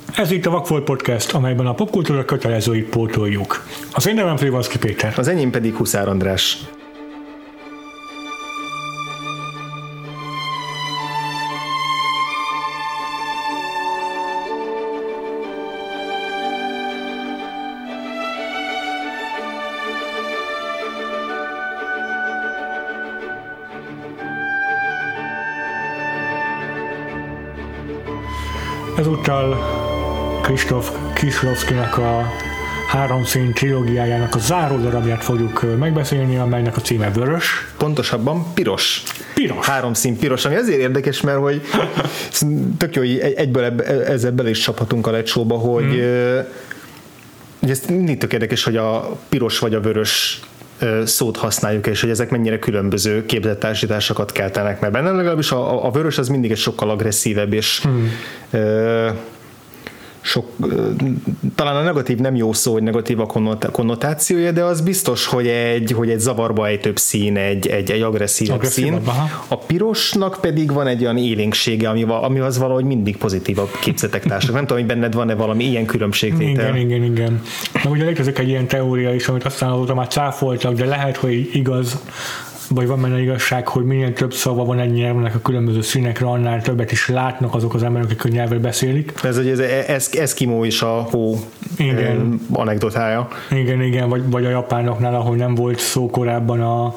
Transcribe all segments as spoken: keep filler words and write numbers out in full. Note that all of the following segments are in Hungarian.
Ez itt a Vakfolt Podcast, amelyben a popkultúra kötelezőit pótoljuk. Az én nevem Frivalszki Péter. Az enyém pedig Huszár András. Ezúttal Krzysztof Kieślowskinak a háromszín trilógiájának a záró darabját fogjuk megbeszélni, amelynek a címe Vörös. Pontosabban piros. Piros. Háromszín piros, ami azért érdekes, mert hogy tök jó, hogy egyből ezzel bele is csaphatunk a lecsóba, hogy hmm. hogy ez mindig tök érdekes, hogy a piros vagy a vörös szót használjuk, és hogy ezek mennyire különböző képzettársításokat keltenek, mert benne legalábbis a, a vörös az mindig egy sokkal agresszívebb, és hmm. ö, sok, talán a negatív nem jó szó, hogy negatív a konnotációja, de az biztos, hogy egy, hogy egy zavarba ejtőbb szín, egy, egy, egy agresszívebb szín. Aha. A pirosnak pedig van egy olyan élénksége, ami, ami az valahogy mindig pozitívabb képzetek társak. Nem tudom, hogy benned van-e valami ilyen különbségtétel. Igen, igen, igen. Na ugye létezik egy ilyen teória is, amit aztán azóta már cáfoltak, de lehet, hogy igaz, vagy van benne igazság, hogy minél több szava van egy nyelvnek a különböző színekre, annál többet is látnak azok az emberek, akik a nyelvvel beszélik. Ez egy ez, ez, eszkimó is a hó igen. anekdotája. Igen, igen, vagy, vagy a japánoknál, ahol nem volt szó korábban a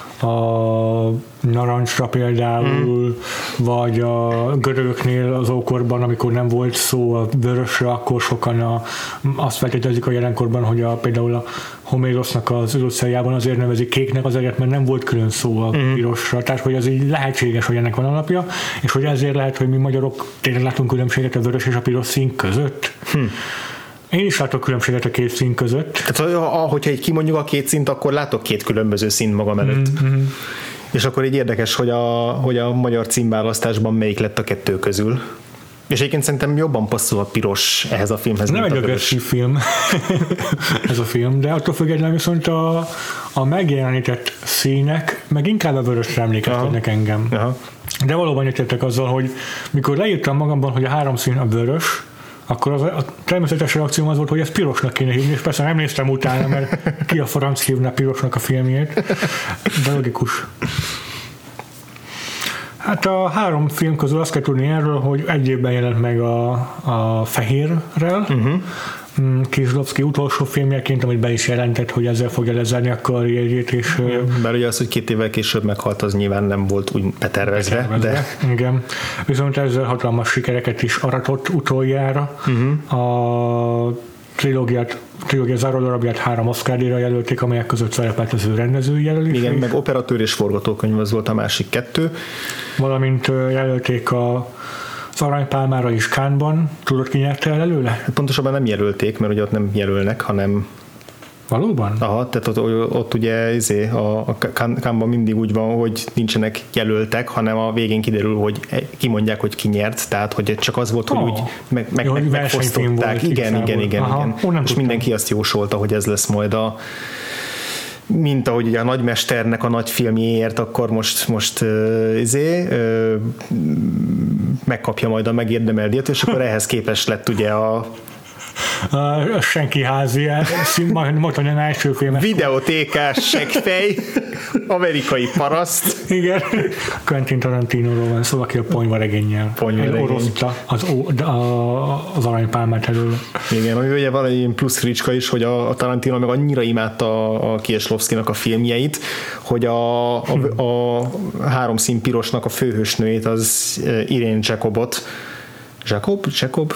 a narancsra például, mm. vagy a görögöknél az ókorban, amikor nem volt szó a vörösre, akkor sokan a, azt feltételezik a jelenkorban, hogy a, például a Homérosznak az Odüsszeájában azért nevezik kéknek azért, mert nem volt külön szó a mm. pirosra, tehát hogy az így lehetséges, hogy ennek van alapja, és hogy ezért lehet, hogy mi magyarok tényleg látunk különbséget a vörös és a piros szín között. Hm. Én is látok különbséget a két szín között. Tehát, hogyha így kimondjuk a két színt, akkor látok két különböző színt magam előtt. Mm-hmm. És akkor így érdekes, hogy a, hogy a magyar címválasztásban melyik lett a kettő közül. És egyébként szerintem jobban passzol a piros ehhez a filmhez. Nem egy agresszív film ez a film, de attól függetlenül viszont a, a megjelenített színek meg inkább a vörösre emlékeztetnek engem. Aha. De valóban értettek azzal, hogy mikor leírtam magamban, hogy a három szín a vörös, akkor az, a természetes reakcióm az volt, hogy ezt pirosnak kéne hívni, és persze nem néztem utána, mert ki a franc hívna pirosnak a filmjét, de logikus. Hát a három film közül azt kell tudni erről, hogy egy évben jelent meg a, a Fehérrel, uh-huh. Kieślowski utolsó filmjeként, amit be is jelentett, hogy ezzel fogja lezárni a karrierjét. És bár ugye az, hogy két évvel később meghalt, az nyilván nem volt úgy betervezve. betervezve de... Igen. Viszont ezzel hatalmas sikereket is aratott utoljára. Uh-huh. A trilógiát, trilógia záró darabját három Oscar-díjra jelölték, amelyek között szerepelt az ő rendezői jelölés. Igen, meg operatőr és forgatókönyv az volt a másik kettő. Valamint jelölték a az Aranypálmára is Cannes-ban. Tudod, ki nyerte el előle? Pontosabban nem jelölték, mert ugye ott nem jelölnek, hanem... Valóban? Aha, tehát ott, ott ugye izé, a, a Cannes-ban mindig úgy van, hogy nincsenek jelöltek, hanem a végén kiderül, hogy kimondják, hogy ki nyert, tehát hogy csak az volt, hogy oh. úgy meg, meg, Jó, meg, megfosztották. Igen, igen, igen, Aha, igen. És mindenki azt jósolta, hogy ez lesz majd a mint ahogy ugye a nagymesternek a nagy filmjéért, akkor most, most uh, izé, uh, megkapja majd a megérdemelt díjat, és akkor ehhez képest lett ugye a a senki házi, mondtam, hogy első film. Videotékás seggfej, amerikai paraszt. Igen. Quentin Tarantinoról van szó, aki a ponyvaregénnyel orozta az, az Aranypálmát előle. Igen, ami ugye van egy plusz fricska is, hogy a, a Tarantino meg annyira imádta a, a Kieślowskinak a filmjeit, hogy a, a, a, a három szín pirosnak a főhősnőjét, az Irene Jacobot Jacob? Jacob?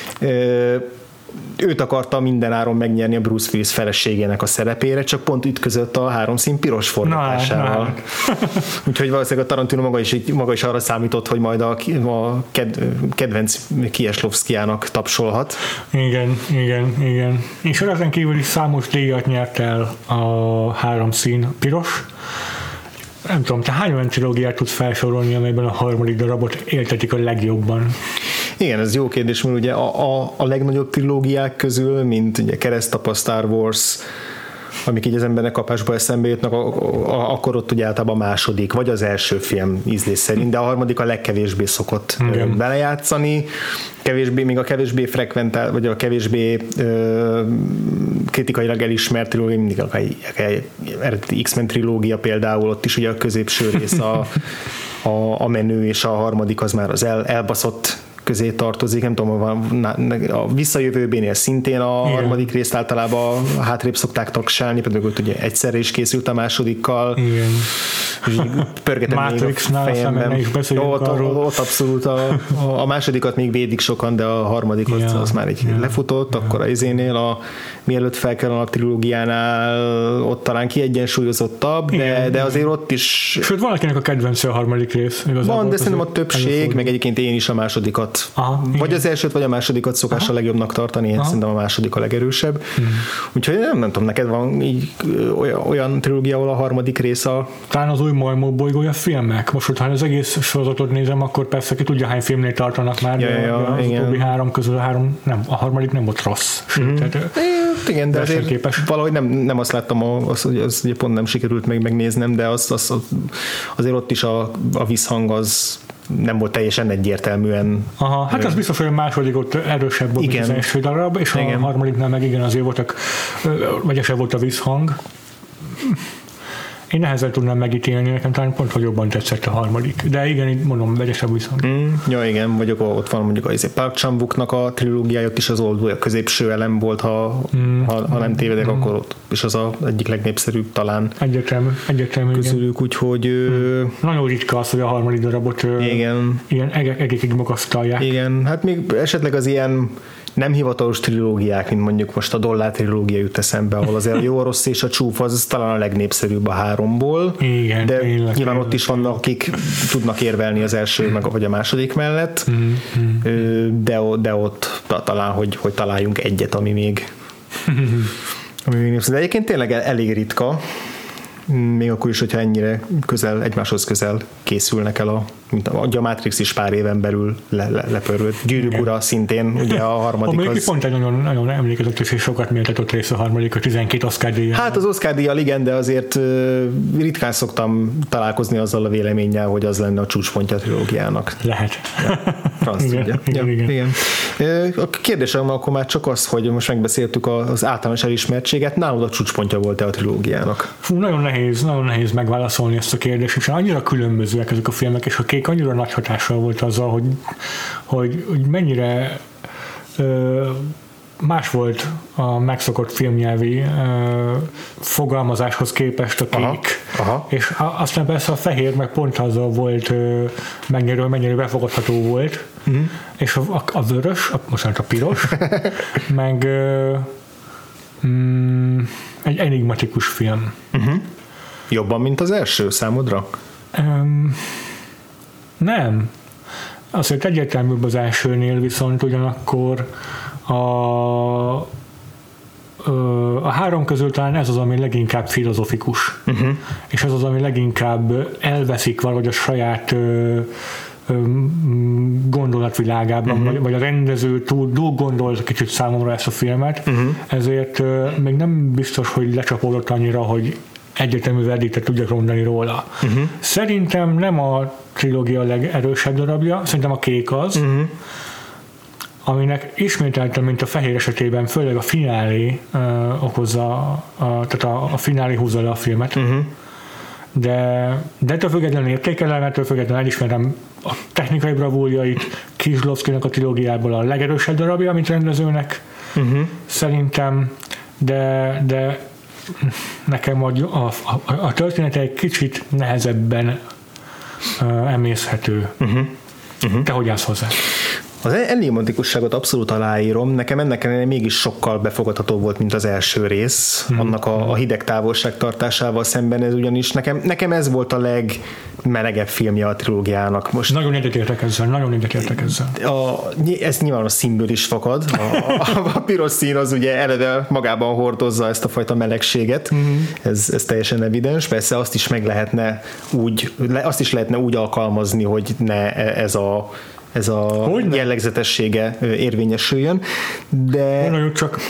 Őt akarta mindenáron megnyerni a Bruce Willis feleségének a szerepére, csak pont ütközött a három szín piros forgatásával. Na, na. Úgyhogy valószínűleg a Tarantino maga is, maga is arra számított, hogy majd a, a ked, kedvenc Kieślowskiának tapsolhat. Igen, igen, igen. És ezen kívül is számos díjat nyert el a három szín piros. Nem tudom, te hány olyan trilógiát tudsz felsorolni, amelyben a harmadik darabot éltetik a legjobban? Igen, ez jó kérdés, mert ugye a, a, a legnagyobb trilógiák közül, mint ugye Keresztapa, Star Wars, amik így az embernek kapásba eszembe jutnak, akkor ott ugye általában a második, vagy az első film ízlés szerint, de a harmadik a legkevésbé szokott Igen. belejátszani, kevésbé, még a kevésbé frekventál, vagy a kevésbé ö, kritikailag elismert trilógia, mindig a eredeti X-Men trilógia például, ott is ugye a középső rész a, a, a menő, és a harmadik az már az el, elbaszott közé tartozik, nem tudom, a visszajövőbénél szintén a Igen. harmadik részt általában hátrébb szokták tagsálni, pedig ott ugye egyszerre is készült a másodikkal. Igen. Pörgetem még a fejemben. Ott, ott abszolút a, a másodikat még védik sokan, de a harmadikot ja. az már egy ja. lefutott, ja. akkor a izénél a mielőtt felkellenek a trilógiánál ott talán kiegyensúlyozottabb, de, de azért ott is... Sőt, valakinek a kedvence a harmadik rész. Van, de szerintem a többség, meg egyébként én is a másodikat Aha, vagy az elsőt, vagy a másodikat szokás Aha. a legjobbnak tartani, én Aha. szerintem a második a legerősebb. Hmm. Úgyhogy nem, nem tudom, neked van így olyan, olyan trilógia, ahol a harmadik rész a... Talán az új Majmok bolygója filmek. Most, ha az egész sorozatot nézem, akkor persze ki tudja, hány filmnél tartanak már, ja, de ja, az igen. utóbbi három közül a három, nem, a harmadik nem volt rossz. Hmm. Tehát, é, igen, de azért képes. Valahogy nem, nem azt láttam, az, az, az ugye pont nem sikerült meg megnéznem, de az, az, az, azért ott is a, a visszhang az nem volt teljesen egyértelműen. Aha, hát az biztos, hogy a második ott erősebb volt, mint az első darab, és igen. a harmadiknál meg igen, azért voltak, vegyesebb volt a visszhang. Én nehezen tudnám megítélni, nekem talán pont, hogy jobban tetszett a harmadik. De igen, így mondom, vegyesebb visszhang. Mm, ja, igen, mondjuk ott van mondjuk a Park Chan-wooknak a trilógiája, ott is az oldója, a középső elem volt, ha, mm, ha, ha nem tévedek, mm. akkor ott is az a egyik legnépszerűbb talán. Egyértelmű, egyértelmű, közülük, úgyhogy... Mm. Nagyon ritka az, hogy a harmadik darabot igen. ilyen egekig magasztalják. Igen, hát még esetleg az ilyen nem hivatalos trilógiák, mint mondjuk most a Dollár trilógia jut eszembe, ahol azért a Jó, a Rossz és a Csúf az talán a legnépszerűbb a háromból, igen, de tényleg, nyilván tényleg. Ott is vannak, akik tudnak érvelni az első meg vagy a második mellett, mm-hmm. de, de ott talán, hogy, hogy találjunk egyet, ami még, ami még népszerű. De egyébként tényleg elég ritka, még akkor is, hogyha ennyire közel, egymáshoz közel készülnek el a, mint a, a Matrix is pár éven belül le, le, lepörült. Gyűrűk ura szintén, ugye a harmadik az... pont egy nagyon, nagyon emlékezetes és sokat méltatott rész a harmadik, a tizenkét Oscar díjjal. Hát az Oscar díjjal igen, de azért uh, ritkán szoktam találkozni azzal a véleménnyel, hogy az lenne a csúcspontja a trilógiának. Lehet. Ja, franc igen, tudja. Igen, ja, igen. igen. A kérdésem akkor már csak az, hogy most megbeszéltük az általános elismertséget, nálad a csúcspontja volt-e a trilógiának? Fú, nagyon nehéz, nagyon nehéz megválaszolni ezt a kérdést, és annyira különbözőek ezek a filmek, és a Kék annyira nagy hatással volt azzal, hogy, hogy, hogy mennyire ö, más volt a megszokott filmnyelvi ö, fogalmazáshoz képest a Kék, aha, aha. és a, aztán persze a Fehér meg pont azzal volt ö, mennyire, mennyire befogadható volt, uh-huh. és a, a, a Vörös, a, most a Piros, meg ö, mm, egy enigmatikus film. Uh-huh. Jobban, mint az első számodra? Um, nem. Azért egyértelműbb az elsőnél, viszont ugyanakkor a, a három közül talán ez az, ami leginkább filozofikus. Uh-huh. És ez az, ami leginkább elveszik valahogy a saját gondolatvilágában, uh-huh. vagy, vagy a rendező túl, túl gondolt kicsit számomra ezt a filmet, uh-huh. ezért még nem biztos, hogy lecsapódott annyira, hogy egyértelmű verdiktet tudjak mondani róla. Uh-huh. Szerintem nem a trilógia a legerősebb darabja, szerintem a Kék az, uh-huh. aminek ismételtem, mint a Fehér esetében, főleg a finálé uh, okozza, a, tehát a, a finálé húzza le a filmet. Uh-huh. De, de ettől függetlenül értékelem, ettől függetlenül elismerem a technikai bravúrjait, Kieslowski-nak a trilógiából a legerősebb darabja, mint rendezőnek. Uh-huh. Szerintem, de, de nekem a, a, a, a története egy kicsit nehezebben uh, emészhető. Uh-huh. Uh-huh. Te hogy állsz hozzá? Az enigmatikusságot abszolút aláírom, nekem ennek ellenére mégis sokkal befogadható volt, mint az első rész, hmm. annak a, a hideg távolságtartásával szemben, ez ugyanis nekem, nekem ez volt a legmelegebb filmje a trilógiának. Most nagyon egyetértek ezzel, nagyon egyetértek ezzel. A, ez nyilván a színből is fakad, a, a, a piros szín az ugye eleve magában hordozza ezt a fajta melegséget, hmm. ez, ez teljesen evidens, persze azt is meg lehetne úgy, azt is lehetne úgy alkalmazni, hogy ne ez a ez a Hogyne? jellegzetessége érvényesüljön, de... Nagyon csak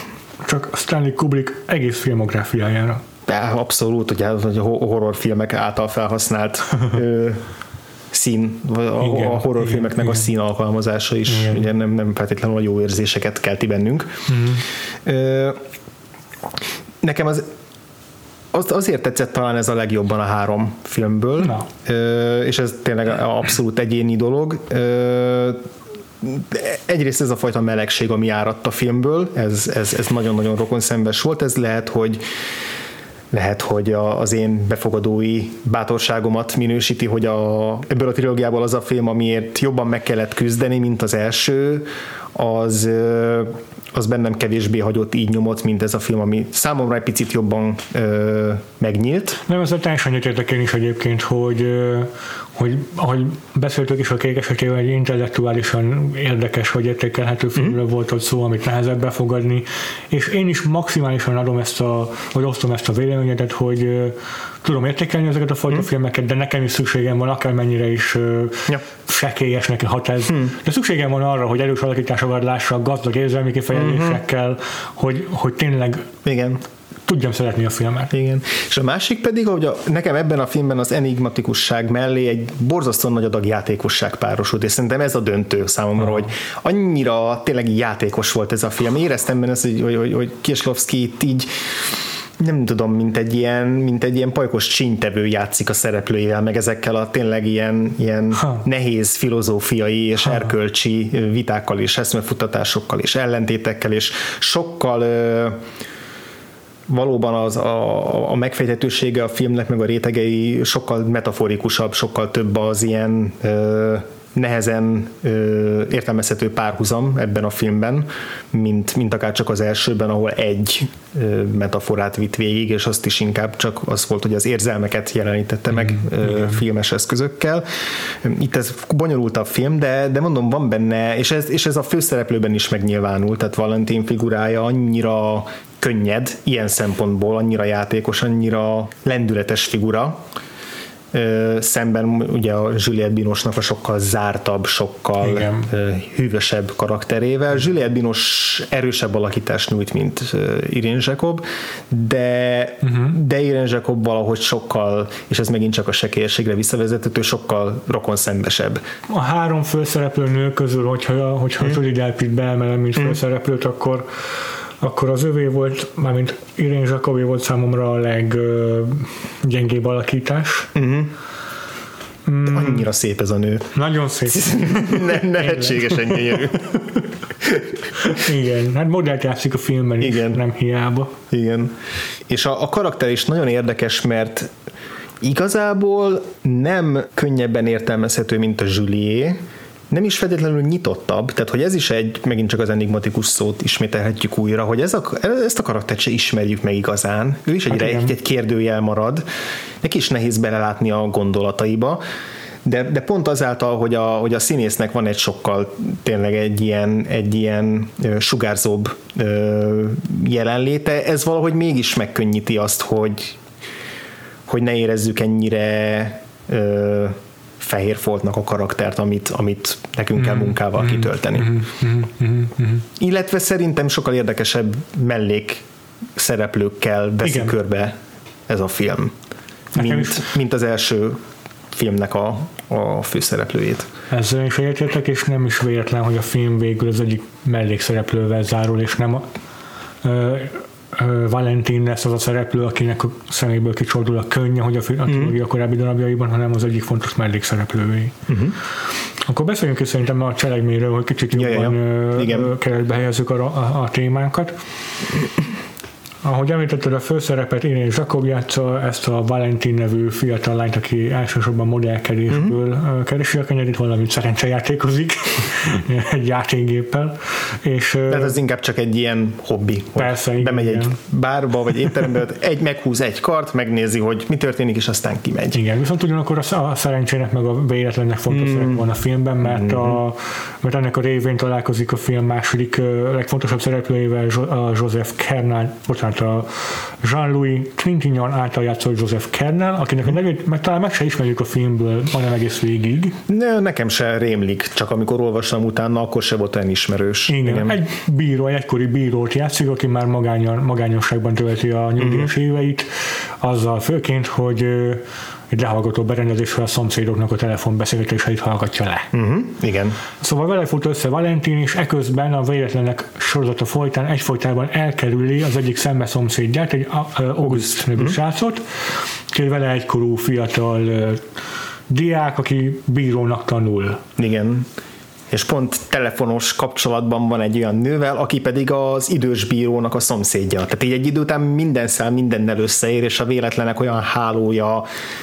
csak Stanley Kubrick egész filmográfiájára. De abszolút, ugye a horrorfilmek által felhasznált ö, szín, a, igen, a horrorfilmeknek igen, a szín alkalmazása is igen. ugye nem, nem feltétlenül a jó érzéseket kelti bennünk. Mm. Ö, nekem az Az, azért tetszett talán ez a legjobban a három filmből, no. ö, és ez tényleg abszolút egyéni dolog. Ö, egyrészt ez a fajta melegség, ami áradt a filmből, ez, ez, ez nagyon-nagyon rokonszenves volt, ez lehet, hogy lehet, hogy a, az én befogadói bátorságomat minősíti, hogy a, ebből a trilógiából az a film, amiért jobban meg kellett küzdeni, mint az első, az, az bennem kevésbé hagyott így nyomot, mint ez a film, ami számomra egy picit jobban ö, megnyílt. Nem, ezzel teljesen egyetértek én is egyébként, hogy, hogy ahogy beszéltük is a Kék esetében, egy intellektuálisan érdekes vagy értékelhető filmről mm. volt ott szó, amit nehezebb befogadni, és én is maximálisan adom ezt a, vagy osztom ezt a véleményedet, hogy tudom értékelni ezeket a fajta mm. filmeket, de nekem is szükségem van, akármennyire is ja. sekélyes neki hat ez. Mm. De szükségem van arra, hogy erős alakításokat lássak, gazdag érzelmi kifejezésekkel, mm-hmm. hogy, hogy tényleg igen. tudjam szeretni a filmet. Igen. És a másik pedig, hogy a, nekem ebben a filmben az enigmatikusság mellé egy borzasztóan nagy adag játékosság párosult, és szerintem ez a döntő számomra, uh-huh. hogy annyira tényleg játékos volt ez a film. Éreztem benne ezt, hogy, hogy, hogy, hogy Kieslowski itt így nem tudom, mint egy ilyen, mint egy ilyen pajkos csíntevő játszik a szereplőivel, meg ezekkel a tényleg ilyen, ilyen nehéz filozófiai és ha. erkölcsi vitákkal és eszmefuttatásokkal és ellentétekkel, és sokkal ö, valóban az a, a megfejthetősége a filmnek, meg a rétegei sokkal metaforikusabb, sokkal több az ilyen ö, nehezen ö, értelmezhető párhuzam ebben a filmben, mint, mint akár csak az elsőben, ahol egy ö, metaforát vitt végig, és azt is inkább csak az volt, hogy az érzelmeket jelenítette meg ö, filmes eszközökkel. Itt ez bonyolultabb film, de, de mondom, van benne, és ez, és ez a főszereplőben is megnyilvánul, tehát Valentin figurája annyira könnyed, ilyen szempontból, annyira játékos, annyira lendületes figura, Ö, szemben ugye a Juliette Binoche-nak a sokkal zártabb, sokkal igen. hűvösebb karakterével. Juliette Binoche erősebb alakítást nyújt, mint Irene Jacob, de, uh-huh. de Irene Jacob valahogy sokkal, és ez megint csak a sekélyességre visszavezethető, sokkal rokonszembesebb. A három főszereplő nő közül, hogyha, hogyha hmm. Julie Delpit beemelem, mint hmm. főszereplőt, akkor akkor az övé volt, mármint Irene Jacobé volt számomra a leggyengébb alakítás. Uh-huh. Mm. Annyira szép ez a nő. Nagyon szép. ne, nevetségesen gyönyörű. Igen, hát modellt játszik a filmben igen. is, nem hiába. Igen. És a, a karakter is nagyon érdekes, mert igazából nem könnyebben értelmezhető, mint a Julie, nem is feltétlenül nyitottabb, tehát hogy ez is egy, megint csak az enigmatikus szót ismételhetjük újra, hogy ez a, ezt a karaktert se ismerjük meg igazán. Ő is egy, egy, egy kérdőjel marad, neki is nehéz belelátni a gondolataiba, de, de pont azáltal, hogy a, hogy a színésznek van egy sokkal tényleg egy ilyen, egy ilyen sugárzóbb jelenléte, ez valahogy mégis megkönnyíti azt, hogy, hogy ne érezzük ennyire fehér foltnak a karaktert, amit, amit nekünk kell munkával kitölteni. Illetve szerintem sokkal érdekesebb mellék szereplőkkel veszi körbe ez a film, mint, mint az első filmnek a, a főszereplőjét. Ezzel is egyetértek, és nem is véletlen, hogy a film végül az egyik mellékszereplővel zárul, és nem a ö, Valentin lesz az a szereplő, akinek a szeméből kicsordul a könny, hogy a trilógia mm. korábbi darabjaiban, hanem az egyik fontos mellékszereplővé. Mm-hmm. Akkor beszéljünk is szerintem a cselekményről, hogy kicsit jobban ja, ja. keretbe helyezzük a, a, a témánkat. Ahogy említetted, a főszerepet Irene Jacob játsza, ezt a Valentin nevű fiatal lányt, aki elsősorban modellkedésből mm-hmm. keresi a kenyerét, valamint szerencsejátékozik egy játékgéppel. És, tehát ez inkább csak egy ilyen hobbi. Persze, bemegy igen. egy bárba, vagy étterembe, egy meghúz egy kart, megnézi, hogy mi történik, és aztán kimegy. Igen, viszont ugyanakkor a szerencsének meg a véletlennek fontos mm. van a filmben, mert, mm. a, mert ennek a révén találkozik a film második legfontosabb szereplőjével, a Joseph Kernal, bocsánat, tehát a Jean-Louis Trintignant által játszott Joseph Kernel, akinek a nevét meg talán meg se ismerjük a filmből, hanem egész végig. Ne, nekem se rémlik, csak amikor olvastam utána, akkor se volt olyan ismerős. Igen, igen. Egy bíró, egy egykori bírót játszik, aki már magányan, magányosságban tölti a nyugdíjas uh-huh. éveit, azzal főként, hogy egy lehallgató berendezésről a szomszédoknak a telefonbeszélgetéseit hallgatja le. Uh-huh. Igen. Szóval vele fut össze Valentin, és eközben a véletlenek sorozata folytán egyfolytában elkerüli az egyik szembeszomszédját, egy August nevű uh-huh. srácot, ki vele egykorú fiatal uh, diák, aki bírónak tanul. Igen. És pont telefonos kapcsolatban van egy olyan nővel, aki pedig az idős bírónak a szomszédja. Tehát így egy idő után minden szám mindennel összeér, és a véletlenek olyan hálója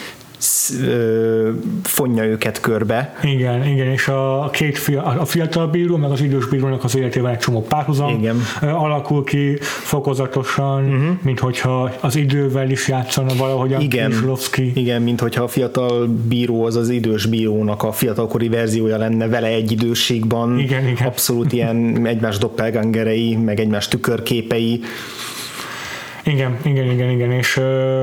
fonja őket körbe. Igen, igen, és a két fia, a fiatal bíró, meg az idős bírónak az életében egy csomó párhuzam igen. alakul ki fokozatosan, uh-huh. mint hogyha az idővel is játszana valahogyan igen. Kieslowski. Igen, mint hogyha a fiatal bíró az az idős bírónak a fiatalkori verziója lenne vele egy időségben. Igen, igen. Abszolút ilyen egymás doppelgangerei, meg egymás tükörképei. Igen, igen, igen, igen, és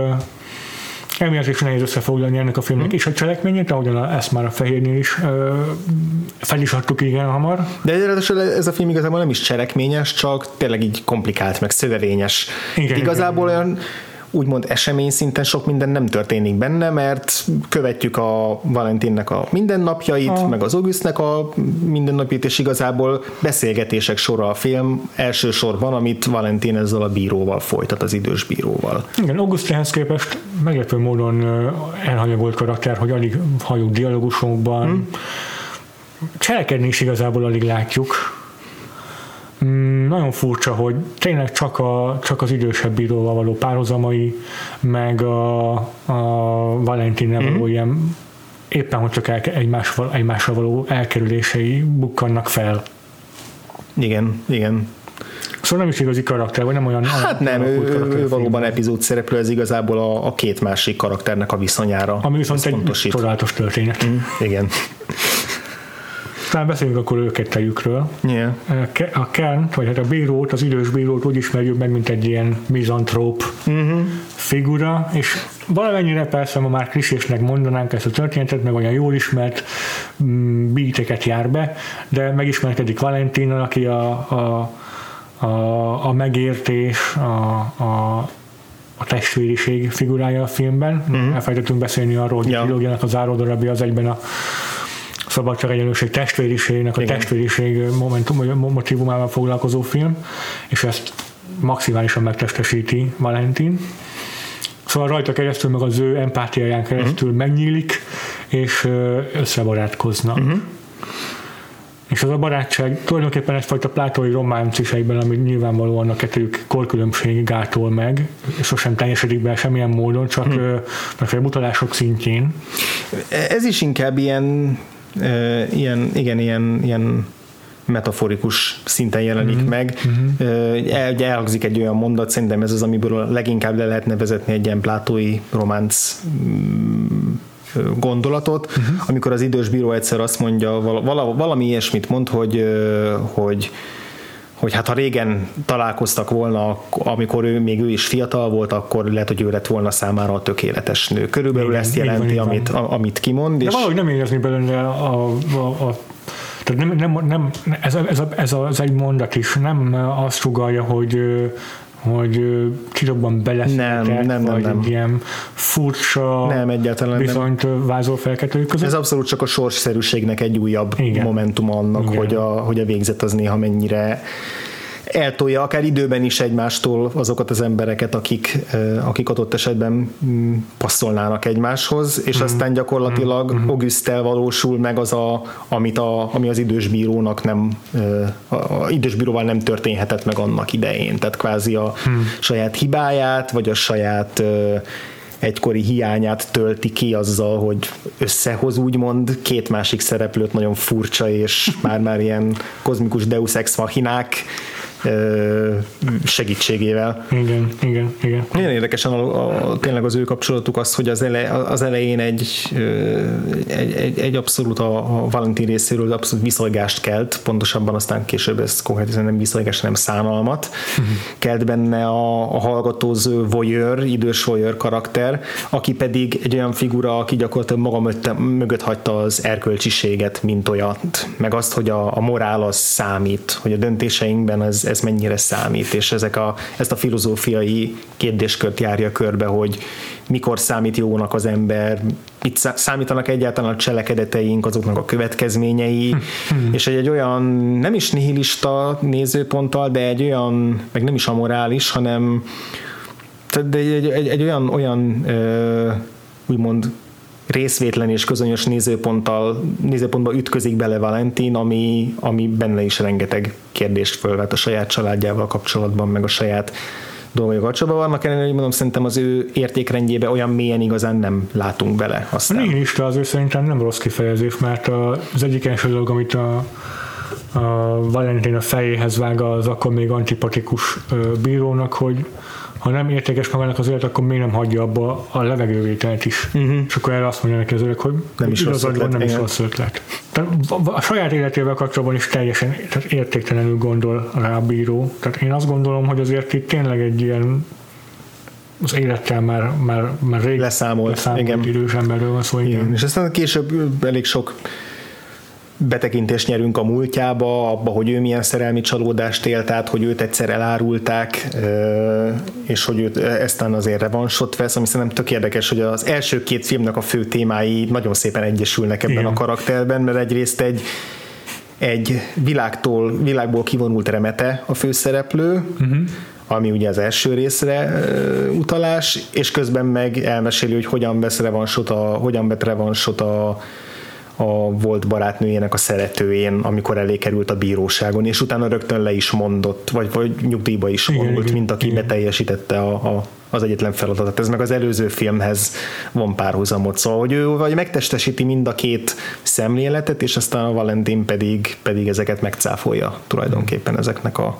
emiatt is nehéz összefoglalni ennek a filmnek hmm. és a cselekményét, ahogyan ezt már a Fehérnél is ö, fel is adtuk igen hamar. De ez a film igazából nem is cselekményes, csak tényleg így komplikált, meg szövevényes. Igen, igazából igen. olyan úgymond esemény szinten sok minden nem történik benne, mert követjük a Valentinnek a mindennapjait, a... meg az Augustnek a mindennapjait, és igazából beszélgetések sora a film elsősorban, amit Valentin ezzel a bíróval folytat, az idős bíróval. Igen, August ehhez képest meglepő módon elhanyagolt karakter, hogy alig halljuk dialógusokban. Hmm. Cselekedni is igazából alig látjuk. Mm, nagyon furcsa, hogy tényleg csak, a, csak az idősebb bíróval való párhuzamai, meg a, a Valentinnel mm-hmm. való ilyen éppen, hogy csak el, egymás, egymással való elkerülései bukkannak fel. Igen, igen. Szóval nem is igazi karakter, vagy nem olyan... Hát nem, ő, ő valóban epizód szereplő, ez igazából a, a két másik karakternek a viszonyára. Ami viszont egy csodálatos történet. Mm, igen. Talán beszéljünk akkor őket tejükről. Yeah. A Kent, vagy hát a bírót, az idős bírót úgy ismerjük meg, mint egy ilyen mizantróp uh-huh. figura, és valamennyire persze ma már klisésnek mondanánk ezt a történetet, meg olyan jól ismert beateket jár be, de megismerkedik Valentinnal, aki a, a, a, a megértés, a, a, a testvériség figurája a filmben. Uh-huh. Elfelejtettünk beszélni arról, hogy yeah. a trilógiának az záródarabja az egyben a szabadság, egyenlőség, testvériségnek a igen. testvériség momentum, vagy motivumával foglalkozó film, és ezt maximálisan megtestesíti Valentin. Szóval rajta keresztül, meg az ő empátiáján keresztül uh-huh. megnyílik, és összebarátkoznak. Uh-huh. És az a barátság tulajdonképpen egyfajta plátói románc is egyben, ami nyilvánvalóan a kettőjük korkülönbség gátol meg, és sosem teljesedik be semmilyen módon, csak hmm. utalások szintjén. Ez is inkább ilyen, e, ilyen igen, ilyen, ilyen metaforikus szinten jelenik mm-hmm. meg. Mm-hmm. El, elhangzik egy olyan mondat, szerintem ez az, amiből leginkább le lehetne vezetni egy ilyen plátói románc gondolatot, uh-huh. amikor az idős bíró egyszer azt mondja, vala, valami ilyesmit mond, hogy, hogy, hogy hát ha régen találkoztak volna, amikor ő még ő is fiatal volt, akkor lehet, hogy ő lett volna számára a tökéletes nő. Körülbelül igen, ezt jelenti, van, amit, a, amit kimond. De és valahogy nem érezni belőle a, a, a tehát nem, nem, nem, ez, ez, a, ez, a, ez egy mondat is nem azt sugalja, hogy hogy titokban beleszéltek, nem, nem, vagy nem, nem. ilyen furcsa nem, egyáltalán viszonyt nem. vázol fel kettőjük között. Ez abszolút csak a sorsszerűségnek egy újabb igen. momentum annak, hogy a, hogy a végzet az néha mennyire eltolja akár időben is egymástól azokat az embereket, akik, akik adott esetben passzolnának egymáshoz, és mm. aztán gyakorlatilag mm. Augustel valósul meg az, a, amit a, ami az idős bírónak nem, az idős bíróval nem történhetett meg annak idején. Tehát kvázi a mm. saját hibáját, vagy a saját egykori hiányát tölti ki azzal, hogy összehoz úgymond két másik szereplőt, nagyon furcsa és már-már ilyen kozmikus deus ex machinák segítségével. Igen, igen, igen. Nagyon érdekesen a, a, tényleg az ő kapcsolatuk az, hogy az, ele, az elején egy, egy, egy, egy abszolút a, a Valentin részéről abszolút viszolgást kelt, pontosabban aztán később ez konkrétan nem viszolgás, hanem szánalmat uh-huh. kelt benne a, a hallgatózó voyeur, idős voyeur karakter, aki pedig egy olyan figura, aki gyakorlatilag maga mögött, mögött hagyta az erkölcsiséget, mint olyat, meg azt, hogy a, a morál az számít, hogy a döntéseinkben ez, ez mennyire számít, és ezek a, ezt a filozófiai kérdéskört járja körbe, hogy mikor számít jónak az ember, mit számítanak egyáltalán a cselekedeteink, azoknak a következményei, és egy, egy olyan nem is nihilista nézőponttal, de egy olyan, meg nem is amorális, hanem de egy, egy, egy, egy olyan, olyan ö, úgymond részvétlen és közönyös nézőponttal, nézőpontba ütközik bele Valentin, ami, ami benne is rengeteg kérdést fölvet a saját családjával kapcsolatban, meg a saját dolgok kapcsolatban. Vannak ellenére, hogy mondom, szerintem az ő értékrendjébe olyan mélyen igazán nem látunk bele. Aztán. A nihilista azért szerintem nem rossz kifejezés, mert az egyik első dolog, amit a, a Valentin a fejéhez vág az akkor még antipatikus bírónak, hogy ha nem értékes magának az élet, akkor miért nem hagyja abba a levegővételt is. Uh-huh. És akkor erre azt mondja neki az öreg, hogy nem is rossz ötlet. Nem is rossz ötlet. Tehát a saját életével kapcsolatban is teljesen tehát értéktelenül gondol rá a bíró. Tehát én azt gondolom, hogy azért itt tényleg egy ilyen az élettel már, már, már rég leszámolt, leszámolt igen. idős emberről van szó. Igen. És aztán később elég sok betekintést nyerünk a múltjába, abba, hogy ő milyen szerelmi csalódást élt át, hogy őt egyszer elárulták, és hogy őt eztán azért revansot vesz, ami szerintem tök érdekes, hogy az első két filmnek a fő témái nagyon szépen egyesülnek ebben igen. a karakterben, mert egyrészt egy egy világtól, világból kivonult remete a főszereplő, uh-huh. ami ugye az első részre uh, utalás, és közben meg elmeséli, hogy hogyan vesz revansot a, hogyan vett revansot a a volt barátnőjének a szeretőjén, amikor elé került a bíróságon, és utána rögtön le is mondott, vagy, vagy nyugdíjba is vonult, mint aki igen. beteljesítette a, a, az egyetlen feladatot. Ez meg az előző filmhez van párhuzamot, szóval, hogy ő vagy megtestesíti mind a két szemléletet, és aztán a Valentin pedig, pedig ezeket megcáfolja tulajdonképpen ezeknek a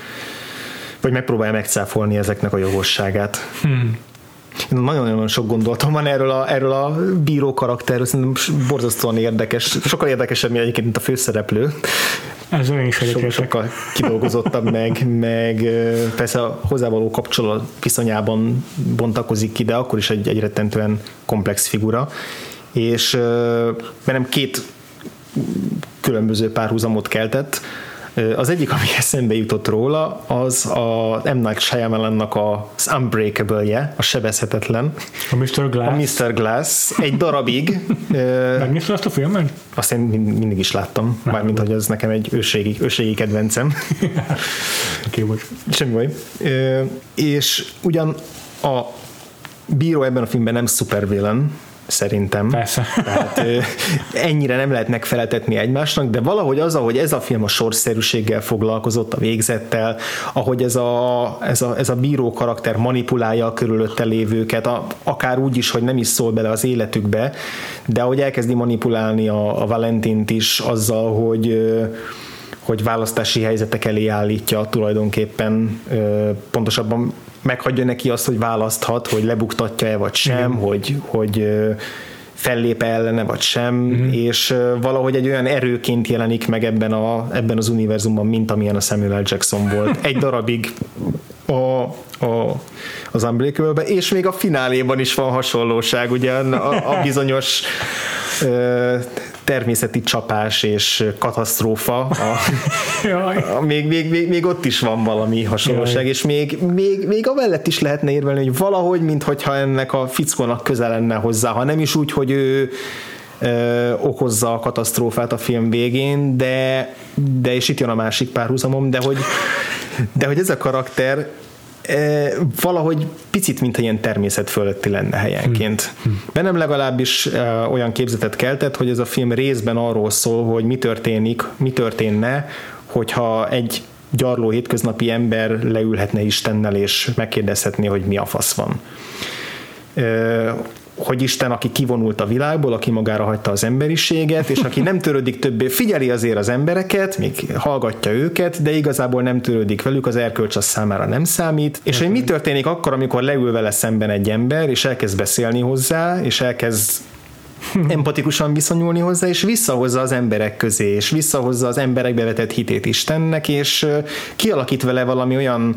vagy megpróbálja megcáfolni ezeknek a jogosságát. Hmm. Nagyon-nagyon sok gondolatom van erről a, erről a bíró karakterről, szerintem borzasztóan érdekes, sokkal érdekesebb, mint egyébként, mint a főszereplő. Ez olyan is so, sokkal kidolgozottabb, meg, meg persze a hozzávaló kapcsolat viszonyában bontakozik ki, de akkor is egy, egy rettentően komplex figura. És bennem két különböző párhuzamot keltett. Az egyik, ami eszembe jutott róla, az a M. Night Shyamalannak az Unbreakable-je, a sebezhetetlen. A miszter Glass. A miszter Glass. Egy darabig. Megnézted azt a filmet? Azt én mindig is láttam. Nem. Mármint, hogy az nekem egy őségi, őségi kedvencem. Oké, bocs. Semmi baj. És ugyan a bíró ebben a filmben nem szupervillain, szerintem. Persze. Tehát ennyire nem lehet megfeleltetni egymásnak, de valahogy az, ahogy ez a film a sorszerűséggel foglalkozott, a végzettel, ahogy ez a, ez a, ez a bíró karakter manipulálja a körülötte lévőket, a, akár úgy is, hogy nem is szól bele az életükbe, de ahogy elkezdi manipulálni a, a Valentint is azzal, hogy hogy választási helyzetek elé állítja tulajdonképpen, pontosabban meghagyja neki azt, hogy választhat, hogy lebuktatja-e vagy sem, mm. hogy, hogy fellép-e ellene vagy sem, mm. és valahogy egy olyan erőként jelenik meg ebben, a, ebben az univerzumban, mint amilyen a Samuel L. Jackson volt. Egy darabig a, a, az Unbreakable-ben, és még a fináléban is van hasonlóság, ugye a, a bizonyos természeti csapás és katasztrófa, a, a, még, még, még, még ott is van valami hasonlóság, Jaj. és még, még, még amellett is lehetne érvelni, hogy valahogy, minthogyha ennek a fickónak közel lenne hozzá, ha nem is úgy, hogy ő ö, okozza a katasztrófát a film végén, de, de és itt jön a másik párhuzamom, de hogy, de hogy ez a karakter valahogy picit, mintha ilyen természet fölötti lenne helyenként. Hmm. Bennem legalábbis olyan képzetet keltett, hogy ez a film részben arról szól, hogy mi történik, mi történne, hogyha egy gyarló hétköznapi ember leülhetne Istennel, és megkérdezhetné, hogy mi a fasz van. hogy Isten, aki kivonult a világból, aki magára hagyta az emberiséget, és aki nem törődik többé, figyeli azért az embereket, még hallgatja őket, de igazából nem törődik velük, az erkölcs az számára nem számít. És hogy mi történik akkor, amikor leül vele szemben egy ember, és elkezd beszélni hozzá, és elkezd empatikusan viszonyulni hozzá, és visszahozza az emberek közé, és visszahozza az emberekbe vetett hitét Istennek, és kialakít vele valami olyan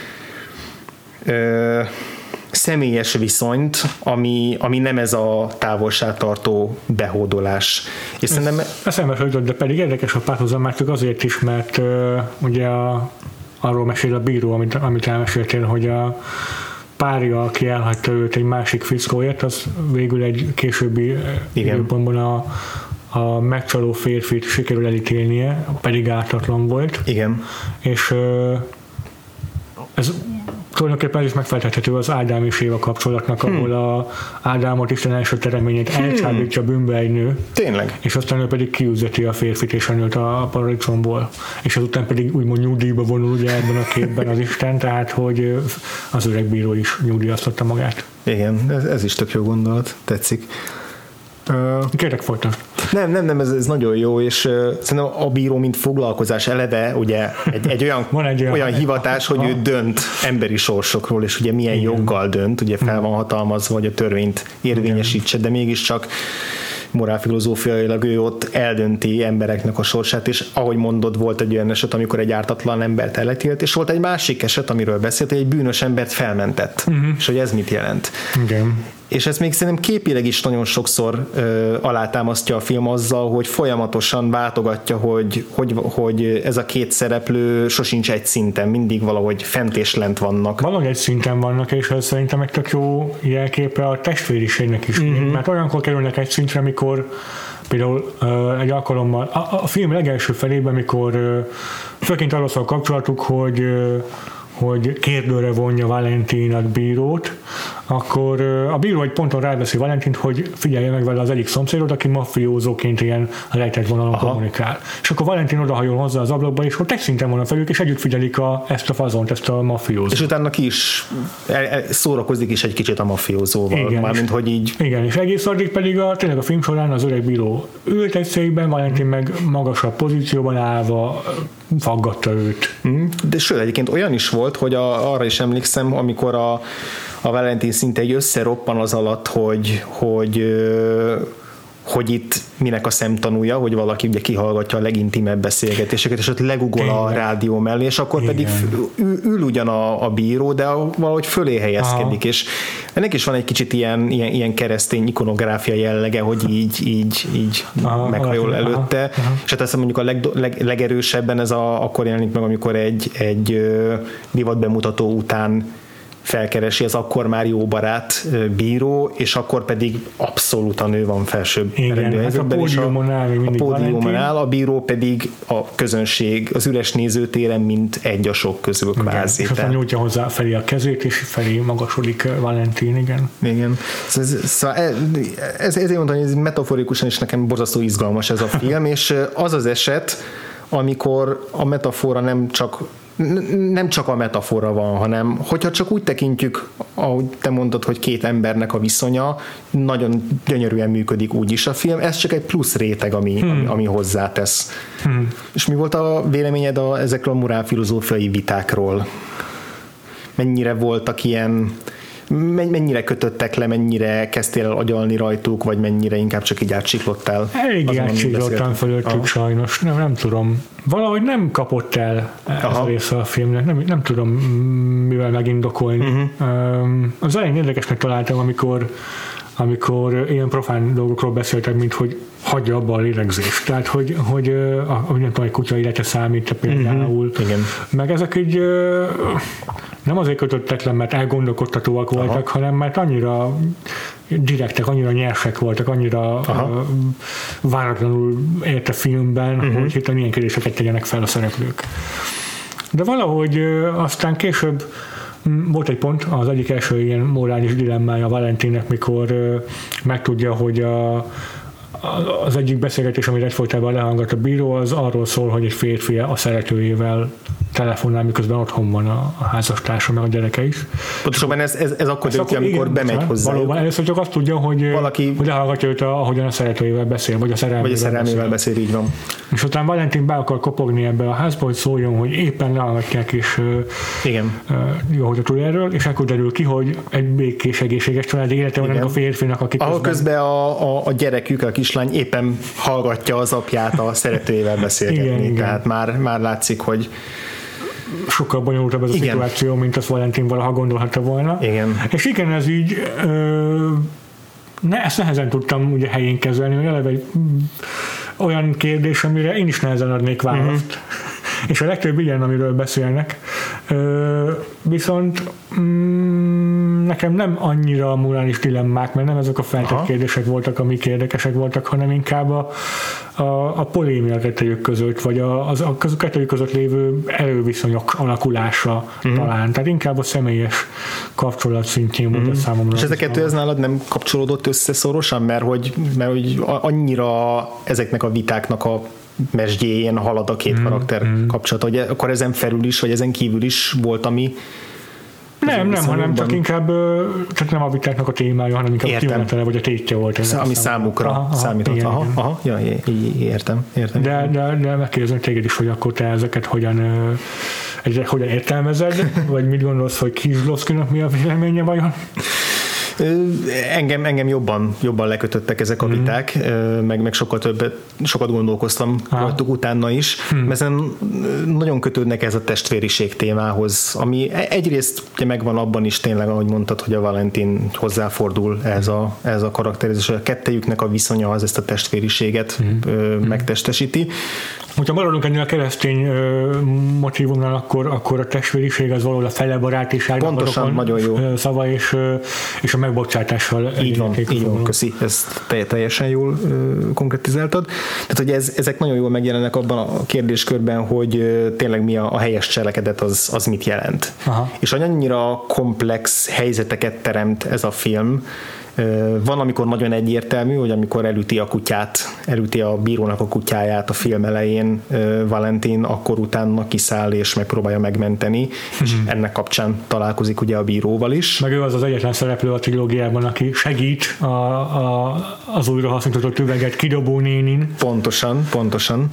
ö, személyes viszonyt, ami, ami nem ez a távolságtartó behódolás. És ez, szerintem... Eszembe jutott, de pedig érdekes a párhuzam már csak azért is, mert uh, ugye a, arról mesél a bíró, amit, amit elmeséltél, hogy a párja, aki elhagyta őt egy másik fickóért, az végül egy későbbi időpontban a, a megcsaló férfit sikerül elítélnie, pedig ártatlan volt. Igen. És uh, ez tulajdonképpen ez is megfeleltethető az Ádám és Éva kapcsolatnak, hmm. ahol a Ádámot, Isten első tereményét hmm. elcsábítja bűnbe egy nő. Tényleg. És aztán ő pedig kiüzeti a férfit és a nőt a paradicsomból. És azután pedig úgymond nyugdíjba vonul ugye ebben a képben az Isten, tehát hogy az öreg bíró is nyugdíjaztatta magát. Igen, ez, ez is tök jó gondolat, tetszik. Kérlek, folytasd. Nem, nem, nem, ez, ez nagyon jó, és uh, szerintem a bíró, mint foglalkozás eleve, ugye egy, egy olyan, van egy olyan, olyan hivatás, hogy ha. ő dönt emberi sorsokról, és ugye milyen igen. joggal dönt, ugye fel van hatalmazva, hogy a törvényt érvényesítse, de mégiscsak morálfilozófiailag ő ott eldönti embereknek a sorsát, és ahogy mondod, volt egy olyan eset, amikor egy ártatlan embert elítélt, és volt egy másik eset, amiről beszélt, hogy egy bűnös embert felmentett, uh-huh. és hogy ez mit jelent. Igen. És ez még szerintem képileg is nagyon sokszor ö, alátámasztja a film azzal, hogy folyamatosan váltogatja, hogy, hogy, hogy ez a két szereplő sosincs egy szinten, mindig valahogy fent és lent vannak. Valahogy egy szinten vannak, és ez szerintem egy tök jó jelképe a testvériségnek is. Uh-huh. Mert olyankor kerülnek egy szintre, amikor például uh, egy alkalommal, a, a film legelső felében, mikor uh, főként arról szól a kapcsolatuk, hogy uh, hogy kérdőre vonja Valentinnak bírót, akkor a bíró egy ponton ráveszi Valentint, hogy figyelje meg vele az egyik szomszédot, aki mafiózóként ilyen rejtett vonalon Aha. kommunikál. És akkor Valentin odahajol hozzá az ablakba, és ott egy szinten van a felük, és együtt figyelik a, ezt a fazont, ezt a mafiózót. És utána ki is szórakozik is egy kicsit a mafiózóval, mármint hogy így. Igen, és egész addig pedig a, tényleg a film során az öreg bíró ült egy székben, Valentin meg magasabb pozícióban állva faggatta őt. De sőt, egyébként olyan is volt, hogy a, arra is emlékszem, amikor a, a Valentin szinte egy összeroppan az alatt, hogy, hogy, hogy itt minek a szemtanúja, hogy valaki ugye kihallgatja a legintimebb beszélgetéseket, és ott legugol a rádió mellé, és akkor Igen. pedig ül, ül ugyan a, a bíró, de valahogy fölé helyezkedik, Aha. és ennek is van egy kicsit ilyen, ilyen, ilyen keresztény ikonográfia jellege, hogy így, így, így Aha, meghajol előtte, Aha. Aha. és hát azt mondjuk a leg, leg, legerősebben ez a, akkor jelenik meg, amikor egy, egy divat bemutató után felkeresi az akkor már jó barát bíró, és akkor pedig abszolút a nő van felsőbb rendőrhelyzetben, hát a pódiumon áll, a, a pódiumon áll, a bíró pedig a közönség, az üres nézőtéren, mint egy a sok közül kvázi. És aztán nyújtja hozzá felé a kezét, és felé magasodik Valentin, igen. Igen. Szóval ez, szóval ez, ez, ezért mondtam, hogy ez metaforikusan is nekem borzasztó izgalmas ez a film, és az az eset, amikor a metafora nem csak nem csak a metafora van, hanem hogyha csak úgy tekintjük, ahogy te mondod, hogy két embernek a viszonya, nagyon gyönyörűen működik úgy is a film, ez csak egy plusz réteg, ami, hmm. ami, ami hozzátesz. Hmm. És mi volt a véleményed a, ezekről a morálfilozófiai vitákról? Mennyire voltak ilyen, mennyire kötöttek le, mennyire kezdtél el agyalni rajtuk, vagy mennyire inkább csak így átsiklottál? Elég átsiklottál fölöttük ah. sajnos, nem, nem tudom. Valahogy nem kapott el ez Aha. a része a filmnek, nem, nem tudom mivel megindokolni. Uh-huh. Az elején érdekesnek találtam, amikor amikor ilyen profán dolgokról beszéltek, mint hogy hagyja abba a lélegzést. Tehát, hogy, hogy a, nem tudom, egy kutya élete számít például. Uh-huh. Igen. Meg ezek így nem azért kötöttek le, mert elgondolkodtatóak Aha. voltak, hanem mert annyira direktek, annyira nyersek voltak, annyira Aha. váratlanul ért a filmben, uh-huh. hogy hirtelen ilyen kérdéseket tegyenek fel a szereplők. De valahogy aztán később volt egy pont, az egyik első ilyen morális dilemmája Valentinnek, mikor megtudja, hogy a, az egyik beszélgetés, amire egyfolytában lehangolt a bíró, az arról szól, hogy egy férfi a szeretőjével telefonál, miközben otthon van a, a házastársa, meg a gyereke is. Pontosan ez, ez, ez akkor dönt ki, amikor igen, bemegy hozzá. Valóban, először csak azt tudja, hogy, valaki, hogy lehallgatja őt, ahogyan a szeretőjével beszél, vagy a szerelmével, vagy a szerelmével beszél. beszél, így van. És utána Valentin be akar kopogni ebbe a házba, hogy szóljon, hogy éppen lehallgatják, és igen. jó, hogy tud erről, és akkor derül ki, hogy egy békés, egészséges családi élete van ennek a férfinak, aki ahol közben a, a, a gyerekük, a kislány éppen hallgatja az apját a szeretőjével beszélgetni. Igen, tehát igen. Már, már látszik, hogy sokkal bonyolultabb ez a igen. szituáció, mint azt Valentin valaha gondolhatta volna. Igen. És igen, ez így ö, ne, ezt nehezen tudtam ugye helyén kezelni, hogy eleve egy olyan kérdés, amire én is nehezen adnék választ. Mm-hmm. És a legtöbb ilyen, amiről beszélnek. Ö, viszont mm, nekem nem annyira a morális dilemmák, mert nem ezek a feltett Aha. kérdések voltak, amik érdekesek voltak, hanem inkább a, a, a polémia kettőjük között, vagy a, az, a kettőjük között lévő erőviszonyok alakulása mm-hmm. talán. Tehát inkább a személyes kapcsolat szintjén volt mm-hmm. a számomra. És ez a kettő ez nálad nem kapcsolódott össze szorosan, mert hogy, mert hogy annyira ezeknek a vitáknak a mesdjéjén halad a két mm, karakter mm. kapcsolata, hogy akkor ezen felül is, vagy ezen kívül is volt, ami nem, nem, hanem csak inkább csak nem a vitáknak a témája, hanem inkább értem. A kimenetele, vagy a tétje volt. Ez ami számukra aha, számított. Igen, aha, aha, ja, értem, értem. De, de, de megkérdezem téged is, hogy akkor te ezeket hogyan, egyre, hogyan értelmezed, vagy mit gondolsz, hogy Kieslowskinak mi a véleménye vajon? Engem, engem jobban, jobban lekötöttek ezek a viták, mm. meg, meg sokkal többet, sokat gondolkoztam rajtuk utána is, mm. mert nagyon kötődnek ez a testvériség témához, ami egyrészt ugye megvan abban is tényleg, ahogy mondtad, hogy a Valentin hozzáfordul ez a, ez a karakterizás, a kettejüknek a viszonya az ezt a testvériséget mm. megtestesíti. Hogyha maradunk ennél a keresztény motívumnál, akkor, akkor a testvériség az valahol a fele barátiságnak pontosan, nagyon jó szava, és, és a megbocsátással. Így van, így van, köszi, ezt teljesen jól uh, konkretizáltad. Tehát, hogy ez, ezek nagyon jól megjelennek abban a kérdéskörben, hogy uh, tényleg mi a, a helyes cselekedet, az, az mit jelent. Aha. És annyira komplex helyzeteket teremt ez a film. Van, amikor nagyon egyértelmű, hogy amikor elüti a kutyát, elüti a bírónak a kutyáját a film elején Valentin, akkor utána kiszáll és megpróbálja megmenteni, hmm. és ennek kapcsán találkozik ugye a bíróval is. Meg ő az az egyetlen szereplő a trilógiában, aki segít a, a, az újrahasznosított üveget kidobó nénin. Pontosan, pontosan.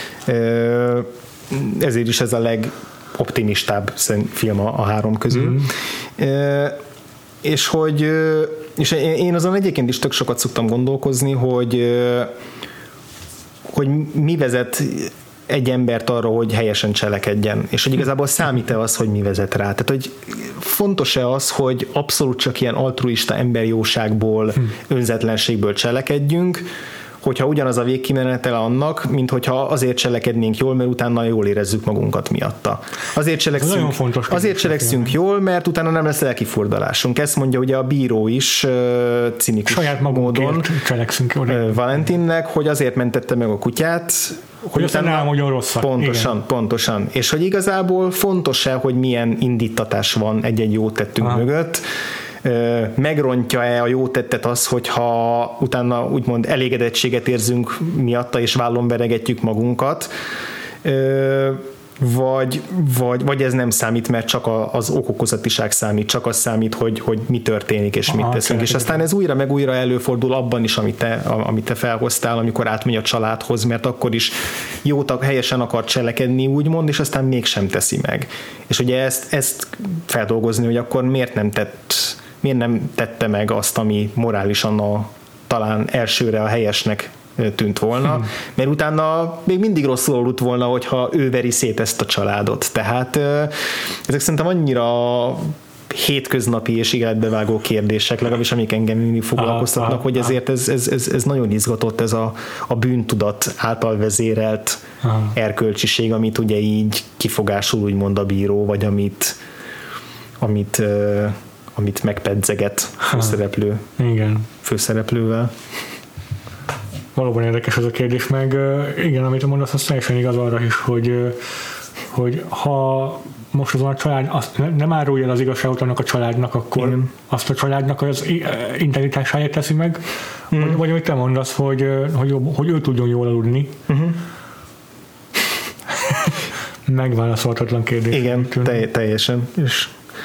Ezért is ez a legoptimistább film a, a három közül. Hmm. És hogy és én azon egyébként is tök sokat szoktam gondolkozni, hogy, hogy mi vezet egy embert arra, hogy helyesen cselekedjen, és hogy igazából számít-e az, hogy mi vezet rá. Tehát, hogy fontos-e az, hogy abszolút csak ilyen altruista emberjóságból, önzetlenségből cselekedjünk, hogyha ugyanaz a végkimenetele annak, mint hogyha azért cselekednénk jól, mert utána jól érezzük magunkat miatta. Azért cselekszünk, azért cselekszünk jól, mert utána nem lesz lelkifurdalásunk. Ezt mondja ugye a bíró is cinikus saját módon Valentinnek, hogy azért mentette meg a kutyát, hogy utána elmondjon rosszat. Pontosan, igen. pontosan. És hogy igazából fontos-e, hogy milyen indítatás van egy-egy jó tettünk Aha. mögött, megrontja-e a jó tettet az, hogyha utána úgymond elégedettséget érzünk miatta, és vállon veregetjük magunkat, vagy, vagy, vagy ez nem számít, mert csak az okokozatiság számít, csak az számít, hogy, hogy mi történik, és Aha, mit teszünk. És aztán ez újra meg újra előfordul abban is, amit te, amit te felhoztál, amikor átmegy a családhoz, mert akkor is jót, helyesen akar cselekedni, úgymond, és aztán mégsem teszi meg. És ugye ezt, ezt feldolgozni, hogy akkor miért nem tett miért nem tette meg azt, ami morálisan a, talán elsőre a helyesnek tűnt volna, hmm. mert utána még mindig rosszul aludt volna, hogyha ő veri szét ezt a családot. Tehát ezek szerintem annyira hétköznapi és életbevágó kérdések, legalábbis amik engem mindig foglalkoztatnak, ah, hogy ezért ez, ez, ez, ez nagyon izgatott, ez a, a bűntudat által vezérelt ah. erkölcsiség, amit ugye így kifogásul úgymond a bíró, vagy amit amit amit megpedzeget főszereplő, igen. főszereplővel. Valóban érdekes ez a kérdés, meg igen, amit mondasz, az teljesen igaz arra is, hogy, hogy ha most azon a család azt nem árulja el az igazságot annak a családnak, akkor igen. azt a családnak az integritásáért teszi meg, mm. vagy, vagy amit te mondasz, hogy, hogy, hogy ő tudjon jól aludni. Mm-hmm. megválaszolhatatlan kérdés. Igen, te, teljesen. És,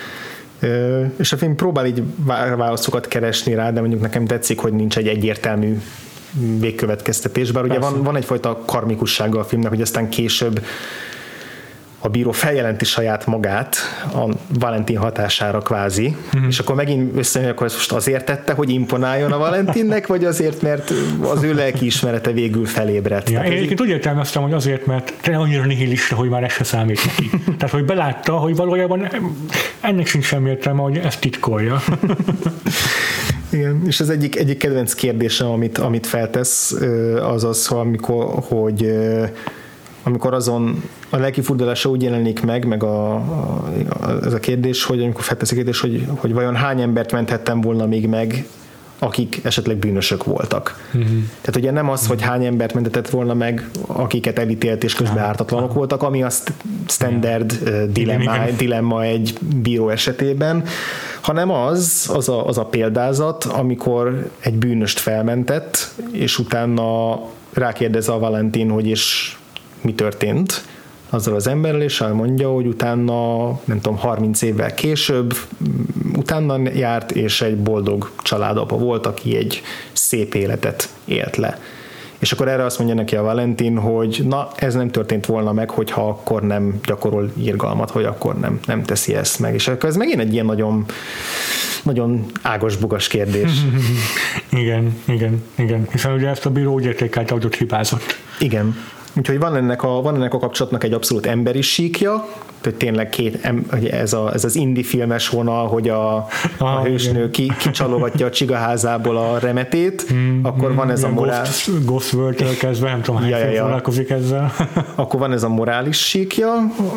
és a film próbál így válaszokat keresni rá, de mondjuk nekem tetszik, hogy nincs egy egyértelmű végkövetkeztetés, bár ugye van, van egyfajta karmikussága a filmnek, hogy aztán később a bíró feljelenti saját magát a Valentin hatására kvázi, mm-hmm. és akkor megint összejön, akkor most azért tette, hogy imponáljon a Valentinnek, vagy azért, mert az ő lelkiismerete végül felébredt. Ja, én egyébként úgy értelmeztem, hogy azért, mert tényleg annyira nihilista, hogy már ez se számít neki. Tehát, hogy belátta, hogy valójában ennek sincs semmi értelme, hogy ezt titkolja. Igen, és az egyik, egyik kedvenc kérdésem, amit, amit feltesz, az az, amikor, hogy amikor azon a lelki furdalása úgy jelenik meg, meg a, a, ez a kérdés, hogy amikor feltesz a kérdés, hogy, hogy vajon hány embert menthettem volna még meg, akik esetleg bűnösök voltak. Uh-huh. Tehát ugye nem az, uh-huh. hogy hány embert mentetett volna meg, akiket elítélt és közben uh-huh. ártatlanok uh-huh. voltak, ami a standard uh, dilemma, dilemma egy bíró esetében, hanem az, az a, az a példázat, amikor egy bűnöst felmentett, és utána rákérdez a Valentin, hogy és mi történt azzal az emberrel, és elmondja, hogy utána, nem tudom, harminc évvel később utána járt, és egy boldog családapa volt, aki egy szép életet élt le. És akkor erre azt mondja neki a Valentin, hogy na, ez nem történt volna meg, hogyha akkor nem gyakorol irgalmat, hogy akkor nem, nem teszi ezt meg. És akkor ez megint egy ilyen nagyon, nagyon ágas-bugas kérdés. Igen, igen, igen. Hiszen ugye ezt a bíró úgy értékelte, hogy ott hibázott. Igen. Úgyhogy van ennek, a, van ennek a kapcsolatnak egy abszolút emberi síkja, hogy tényleg két, hogy ez, a, ez az indie filmes vonal, hogy a, ah, a hősnő ki, kicsalogatja a csigaházából a remetét, mm, akkor mm, van ez a morál... Ghost, Ghost World-től kezdve, nem tudom, hány ja, ja, foglalkozik ezzel. Akkor van ez a morális síkja,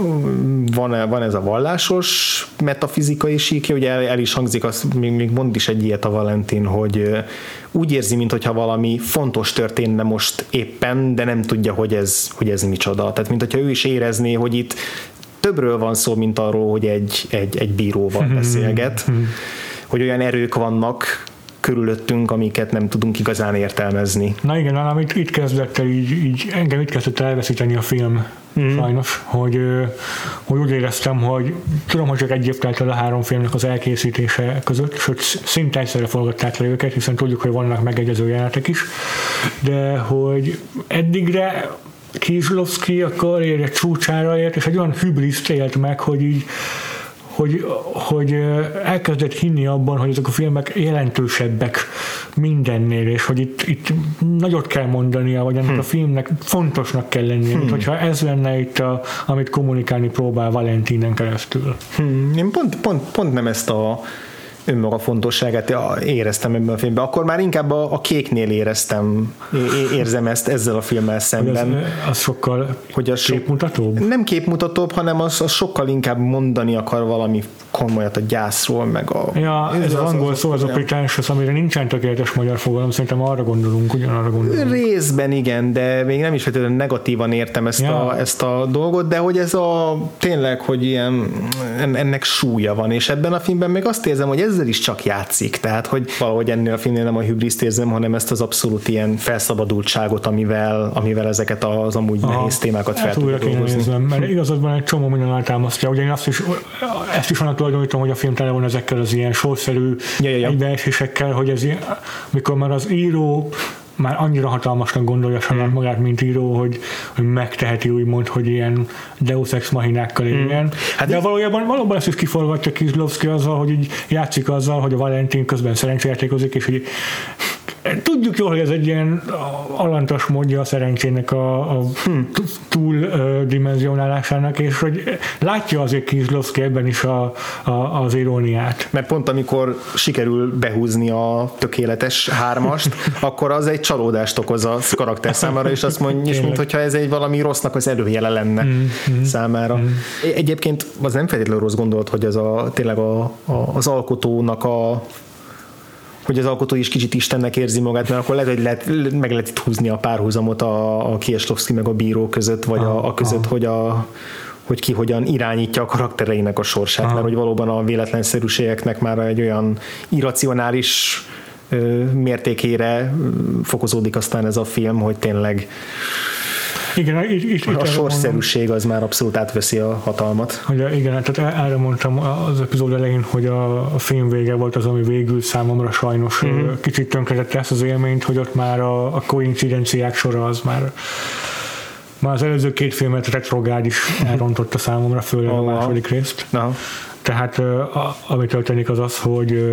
van, van ez a vallásos, metafizikai síkja, ugye el, el is hangzik, azt, még, még mond is egy ilyet a Valentin, hogy úgy érzi, mintha valami fontos történne most éppen, de nem tudja, hogy ez, hogy ez micsoda. Tehát mintha ő is érezné, hogy itt többről van szó, mint arról, hogy egy, egy, egy bíróval beszélget, hogy olyan erők vannak körülöttünk, amiket nem tudunk igazán értelmezni. Na igen, nálam itt, itt kezdett el, így, így, engem itt kezdett elveszíteni a film, mm. sajnos, hogy, hogy úgy éreztem, hogy tudom, hogy csak egy év telt el a három filmnek az elkészítése között, sőt szinte egyszerre forgatták le őket, hiszen tudjuk, hogy vannak megegyező jelenetek is, de hogy eddigre Kieslowski a karrierje csúcsára ért, és egy olyan hübriszt élt meg, hogy így hogy, hogy elkezdett hinni abban, hogy ezek a filmek jelentősebbek mindennél, és hogy itt, itt nagyot kell mondania, vagy ennek hmm. a filmnek fontosnak kell lennie, hmm. mint hogyha ez lenne itt, a, amit kommunikálni próbál Valentinen keresztül. Hmm. Én pont, pont, pont nem ezt a önmaga fontosságát éreztem ebben a filmben. Akkor már inkább a, a Kéknél éreztem, érzem ezt ezzel a filmmel szemben. Az, az sokkal hogy az képmutatóbb? Nem képmutatóbb, hanem az, az sokkal inkább mondani akar valami komolyat a gyászról, meg a... Ja, ez, ez az, az angol szó, az a pretentious, amire nincsen tökéletes magyar fogalom, szerintem arra gondolunk, ugyanarra gondolunk. Részben igen, de még nem is feltétlenül negatívan értem ezt, ja. a, ezt a dolgot, de hogy ez a tényleg, hogy ilyen ennek súlya van, és ebben a filmben még azt érzem, hogy ezzel is csak játszik, tehát hogy valahogy ennél a filmnél nem a hübriszt érzem, hanem ezt az abszolút ilyen felszabadultságot, amivel, amivel ezeket az amúgy Aha, nehéz témákat fel tudja dolgozni. Nézem, mert igazadban egy csomó minden alátámasztja, ugye én azt is, ezt is annak tulajdonítom, hogy a film tele van ezekkel az ilyen sorszerű ja, ja, ja. egybeesésekkel, hogy ez ilyen, mikor már az író már annyira hatalmasnak gondolja saját magát, mint író, hogy, hogy megteheti úgymond, hogy ilyen deus ex machinákkal éljen. Mm. Hát de valójában valóban ezt is kiforgatja Kieslowski azzal, hogy így játszik azzal, hogy a Valentin közben szerencsejátékozik, és hogy tudjuk jól, hogy ez egy ilyen alantas módja a szerencsének a, a hmm. túl uh, dimenzionálásának, és hogy látja azért Kieslowski ebben is a, a, az iróniát. Mert pont amikor sikerül behúzni a tökéletes hármast, akkor az egy csalódást okoz a karakter számára, és azt mondja, és mintha ez egy valami rossznak az előjele lenne hmm. számára. Hmm. Egyébként az nem feltétlenül rossz gondolat, hogy ez a, tényleg a, a, az alkotónak a hogy az alkotó is kicsit Istennek érzi magát, mert akkor lehet, hogy lehet, meg lehet itt húzni a párhuzamot a, a Kieslowski meg a bíró között, vagy a, a között, hogy, a, hogy ki hogyan irányítja a karaktereinek a sorsát, Aha. mert hogy valóban a véletlenszerűségeknek már egy olyan irracionális ö, mértékére fokozódik aztán ez a film, hogy tényleg Igen, itt, itt, a itt sorszerűség az már abszolút átveszi a hatalmat. Hogy igen, tehát erre mondtam az epizód elején, hogy a, a film vége volt az, ami végül számomra sajnos mm. kicsit tönkretette ezt az élményt, hogy ott már a, a koincidenciák sora az már már az előző két filmet retrográd is elrontotta számomra, főleg oh, a második részt. No. Tehát a, ami történik az az, hogy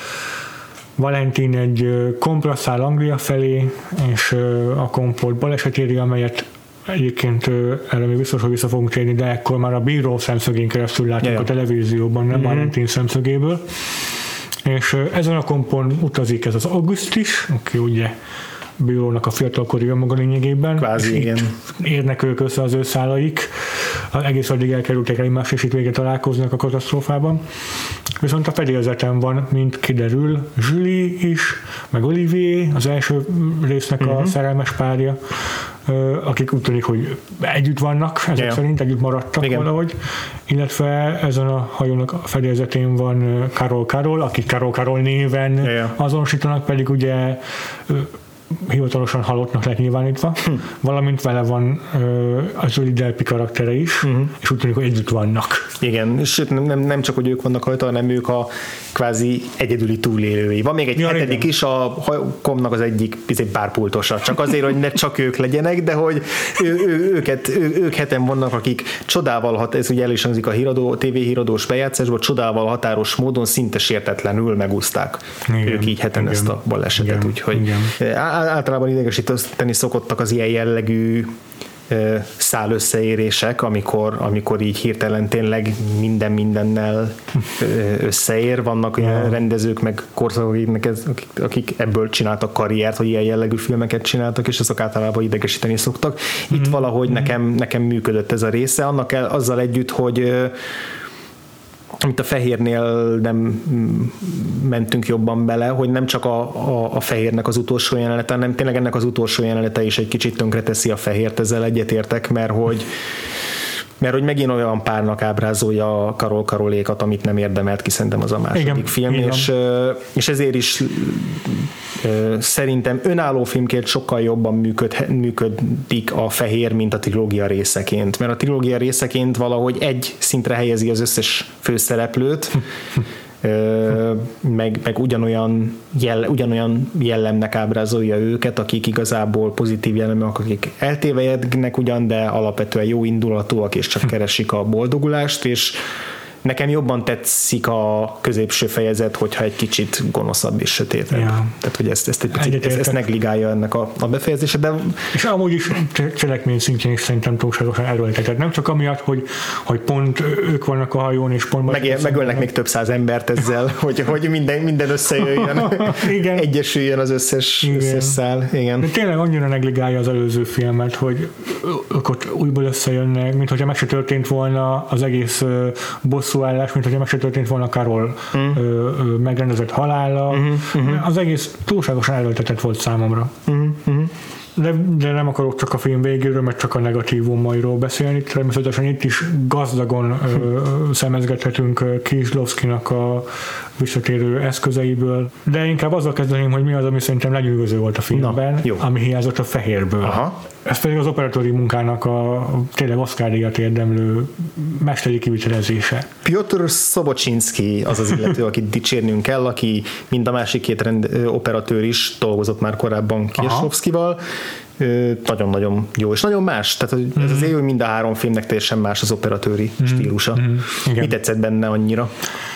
Valentin egy kompra száll Anglia felé, és a kompot baleset éri, amelyet egyébként erre még biztos, hogy vissza fogunk térni, de ekkor már a bíró szemszögén keresztül látunk yeah. a televízióban, nem mm-hmm. Valentin szemszögéből. És ezen a kompon utazik ez az August is, aki ugye bírónak a fiatalkori önmaga lényegében. Kvázi, igen. Érnek ők össze az ő szálaik. Egész addig elkerültek egymás, és itt végre találkoznak a katasztrófában. Viszont a fedélzeten van, mint kiderül, Julie is, meg Olivier, az első résznek uh-huh. a szerelmes párja, akik úgy tűnik, hogy együtt vannak, ezek yeah. szerint együtt maradtak igen. valahogy, illetve ezen a hajónak a fedélzetén van Carol Carol, akik Carol Carol néven yeah. azonosítanak, pedig ugye hivatalosan halottnak lett nyilvánítva, hm. valamint vele van ö, a Julie Delpy karaktere is, uh-huh. és úgy tűnik, hogy együtt vannak. Igen, és nem, nem csak, hogy ők vannak rajta, hanem ők a kvázi egyedüli túlélői. Van még egy ja, hetedik igen. is, a komnak az egyik bárpultosa, csak azért, hogy ne csak ők legyenek, de hogy ő, ő, őket, ő, ők heten vannak, akik csodával, hat, ez ugye el is hangzik a híradó, tévéhíradós bejátszásban, csodával határos módon szinte sértetlenül megúszták igen, ők így heten igen, ezt a balesetet, úgyhogy általában idegesíteni szokottak az ilyen jellegű szál összeérések, amikor, amikor így hirtelen tényleg minden mindennel összeér. Vannak olyan rendezők, meg korszakok, akik, akik ebből csináltak karriert, hogy ilyen jellegű filmeket csináltak, és azok általában idegesíteni szoktak. Itt mm-hmm. valahogy nekem, nekem működött ez a része, annak el, azzal együtt, hogy amit a Fehérnél nem mentünk jobban bele, hogy nem csak a, a, a Fehérnek az utolsó jelenete, hanem tényleg ennek az utolsó jelenete is egy kicsit tönkreteszi a Fehért, ezzel egyetértek, mert hogy mert hogy megint olyan párnak ábrázolja a Karol Karolékat, amit nem érdemelt ki, szerintem az a második igen, film, és, és ezért is szerintem önálló filmként sokkal jobban működ, működik a Fehér, mint a trilógia részeként, mert a trilógia részeként valahogy egy szintre helyezi az összes főszereplőt, meg, meg ugyanolyan, jell, ugyanolyan jellemnek ábrázolja őket, akik igazából pozitív jellemek, akik eltévejednek ugyan, de alapvetően jó indulatúak, és csak keresik a boldogulást, és nekem jobban tetszik a középső fejezet, hogyha egy kicsit gonoszabb és sötétebb. Ja. Tehát, hogy ezt, ezt egy picit, ezt, ezt negligálja ennek a, a befejezése. De... És amúgy is cselekmény szintjén is szerintem túlságosan erőltetett. Nem csak amiatt, hogy, hogy pont ők vannak a hajón, és pont... Meg, megölnek még több száz embert ezzel, hogy, hogy minden, minden összejöjjön. Igen. Egyesüljön az összes, igen. összes szál. Igen. De tényleg annyira negligálja az előző filmet, hogy ők ott újból összejönnek, mint hogyha meg se történt volna az egész bosszú állás, mint hogyha meg se történt volna Karol mm. ö, ö, megrendezett halála. Mm-hmm. Az egész túlságosan erőltetett volt számomra. Mm-hmm. De, de nem akarok csak a film végéről, mert csak a negatívumairól beszélni. Természetesen itt is gazdagon ö, szemezgethetünk Kieslowskinak a visszatérő eszközeiből, de inkább azzal kezdeném, hogy mi az, ami szerintem lenyűgöző volt a filmben, na, ami hiányzott a Fehérből. Aha. Ez pedig az operatív munkának a tényleg Oscar-díjat érdemlő mesteri kivitelezése. Piotr Szobocsinszky az az illető, akit dicsérnünk kell, aki mind a másik két rend, operatőr is dolgozott már korábban Kieslowskival. Nagyon-nagyon jó, és nagyon más. Tehát ez mm-hmm. azért, hogy mind a három filmnek teljesen más az operatőri mm-hmm. stílusa. Mm-hmm. Mi tetszett benne annyira?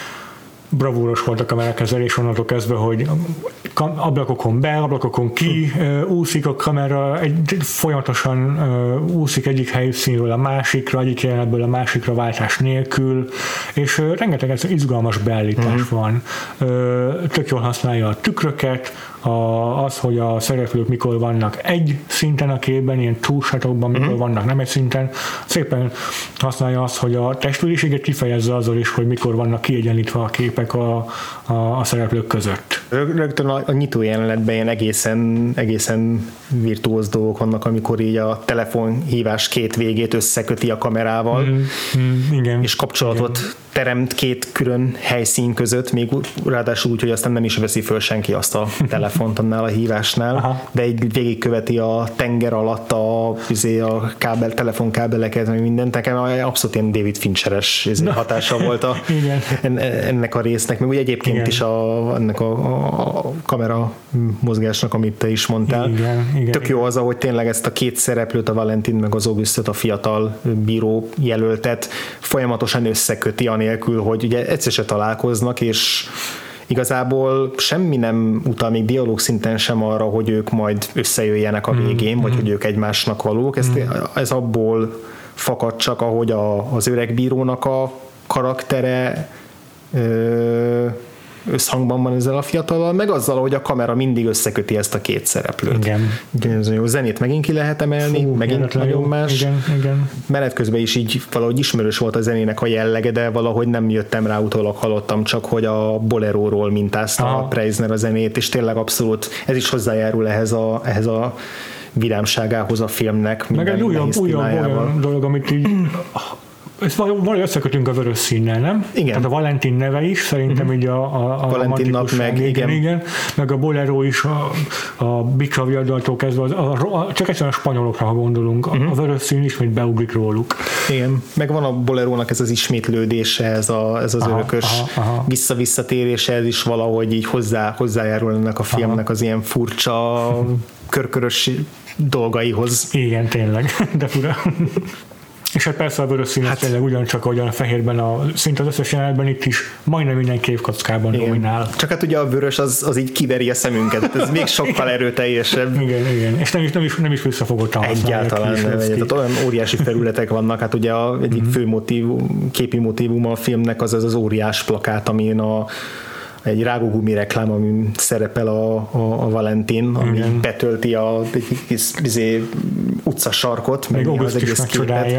Bravúros volt a kamerakezelés onnantól kezdve, hogy ablakokon be, ablakokon ki úszik a kamera, egy, folyamatosan úszik egyik helyszínről a másikra, egyik jelenetből a másikra váltás nélkül, és rengeteg izgalmas beállítás uh-huh. van. Tök jól használja a tükröket, a, az, hogy a szereplők mikor vannak egy szinten a képben, ilyen túlsatokban, mikor uh-huh. vannak nem egy szinten. Szépen használja azt, hogy a testvériséget kifejezze azzal is, hogy mikor vannak kiegyenlítve a képek a, a, a szereplők között. Rögtön a, a nyitó jelenetben ilyen egészen, egészen virtuóz dolgok vannak, amikor így a telefonhívás két végét összeköti a kamerával, mm, mm, igen, és kapcsolatot igen. teremt két külön helyszín között, még ráadásul úgy, hogy aztán nem is veszi föl senki azt a telefont annál a hívásnál, aha. de így végigköveti a tenger alatt a, a kábel, telefonkábeleket, meg mindent. Nekem abszolút ilyen David Fincheres hatása volt a, ennek a résznek, meg úgy egyébként igen. is a, ennek a, a kamera mozgásnak, amit te is mondtál. Igen, igen, Tök jó az, ahogy tényleg ezt a két szereplőt, a Valentin meg az Augustot, a fiatal bíró jelöltet folyamatosan összeköti anélkül, hogy ugye egyszer se találkoznak, és igazából semmi nem utal még dialóg szinten sem arra, hogy ők majd összejöjjenek a végén, mm, vagy mm. hogy ők egymásnak valók. Ez, mm. ez abból fakad csak, ahogy a, az öreg bírónak a karaktere ö, összhangban van ezzel a fiatallal, meg azzal, hogy a kamera mindig összeköti ezt a két szereplőt. Igen. Igen, jó. Zenét megint ki lehet emelni, Fú, megint nagyon jó. más. Igen, igen. Menet közben is így valahogy ismerős volt a zenének a jellege, de valahogy nem jöttem rá, utólag hallottam csak, hogy a Boleróról mintázta Aha. a Preisner a zenét, és tényleg abszolút ez is hozzájárul ehhez a, ehhez a vidámságához a filmnek. Meg egy újabb, újabb olyan dolog, amit így ezt valahogy összekötünk a vörös színnel, nem? Igen. Tehát a Valentin neve is, szerintem uh-huh. így a, a, a Valentin nap meg, igen. igen. igen. Meg a Bolero is, a, a Bicsa viadaltól kezdve, az, a, a, csak egyszerűen a spanyolokra, ha gondolunk, uh-huh. a, a vörös szín ismét beugrik róluk. Igen. Meg van a Bolerónak ez az ismétlődése, ez, a, ez az aha, örökös aha, aha. visszavisszatérése, ez is valahogy így hozzá, hozzájárul ennek a filmnek aha. az ilyen furcsa, körkörös dolgaihoz. Igen, tényleg, de fura. És hát persze a vörös szín hát, tényleg ugyancsak, ahogyan a fehérben, a, szinte az összes jelenetben itt is majdnem minden képkockában igen. dominál. Csak hát ugye a vörös az, az így kiveri a szemünket, ez még sokkal erőteljesebb. Igen, igen, és nem is, nem is, nem is visszafogottan használják. Egyáltalán nem, tehát olyan óriási felületek vannak, hát ugye a egyik fő motívum, képi motívum a filmnek az az, az óriás plakát, amin a egy rágógumi reklám, ami szerepel a, a, a Valentin, ami igen. betölti a izé, utcasarkot, meg az egész képet.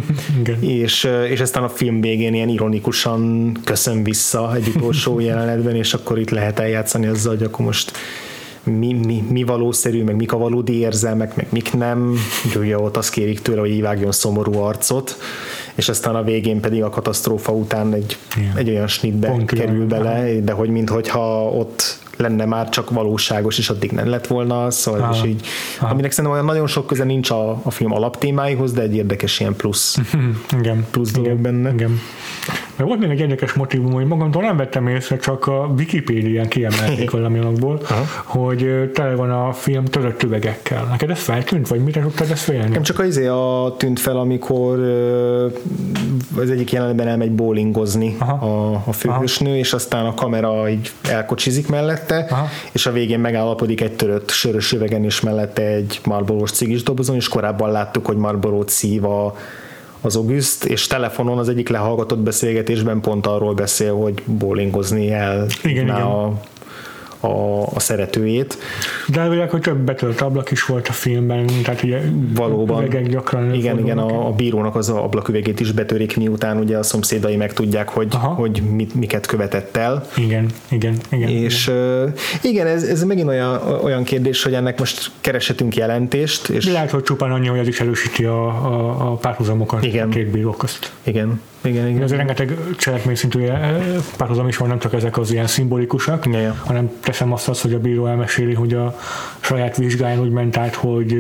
és, és aztán a film végén ilyen ironikusan köszön vissza egy utolsó jelenetben, és akkor itt lehet eljátszani azzal, hogy akkor most mi, mi, mi valószerű, meg mik a valódi érzelmek, meg mik nem. Ugye ott azt kérik tőle, hogy így vágjon szomorú arcot, és aztán a végén pedig a katasztrófa után egy, egy olyan snitbe Pont kerül olyan, bele, de hogy minthogyha ott lenne már csak valóságos, és addig nem lett volna, szóval ah, és így, ah. aminek szerintem olyan nagyon sok köze nincs a, a film alaptémáihoz, de egy érdekes ilyen plusz, igen, plusz dolog igen, benne. Igen. Mert volt még egy érdekes motívum, hogy magamtól nem vettem észre, csak a Wikipédián kiemelték valami alapból, hogy tele van a film törött üvegekkel. Neked ez feltűnt, vagy mire tudtad ezt félni? Nem csak az a tűnt fel, amikor az egyik jelenetben elmegy bowlingozni a, a főhősnő, aha. és aztán a kamera így elkocsizik mellette, aha. és a végén megállapodik egy törött sörös üvegen, és mellette egy Marlboro-s cigis dobozon, és korábban láttuk, hogy Marlboro-t szív a az August, és telefonon az egyik lehallgatott beszélgetésben pont arról beszél, hogy bowlingozni el igen, igen. A, a, a szeretőjét. De elvileg, hogy több betölt ablak is volt a filmben, tehát ugye valóban. gyakran igen, igen, a, a bírónak az ablaküvegét is betörik, miután ugye a szomszédai megtudják, hogy, hogy mit, miket követett el. Igen, igen, igen. És igen, uh, igen ez, ez megint olyan, olyan kérdés, hogy ennek most kereshetünk jelentést. És lehet, hogy csupán annyi, hogy ez is erősíti a, a, a párhuzamokat igen. a két bíró közt. Igen. Igen, igen. Azért rengeteg cselekmény szintű párhuzam is van, nem csak ezek az ilyen szimbolikusak, igen. hanem teszem azt, azt, hogy a bíró elmeséli, hogy a saját vizsgáján úgy ment át, hogy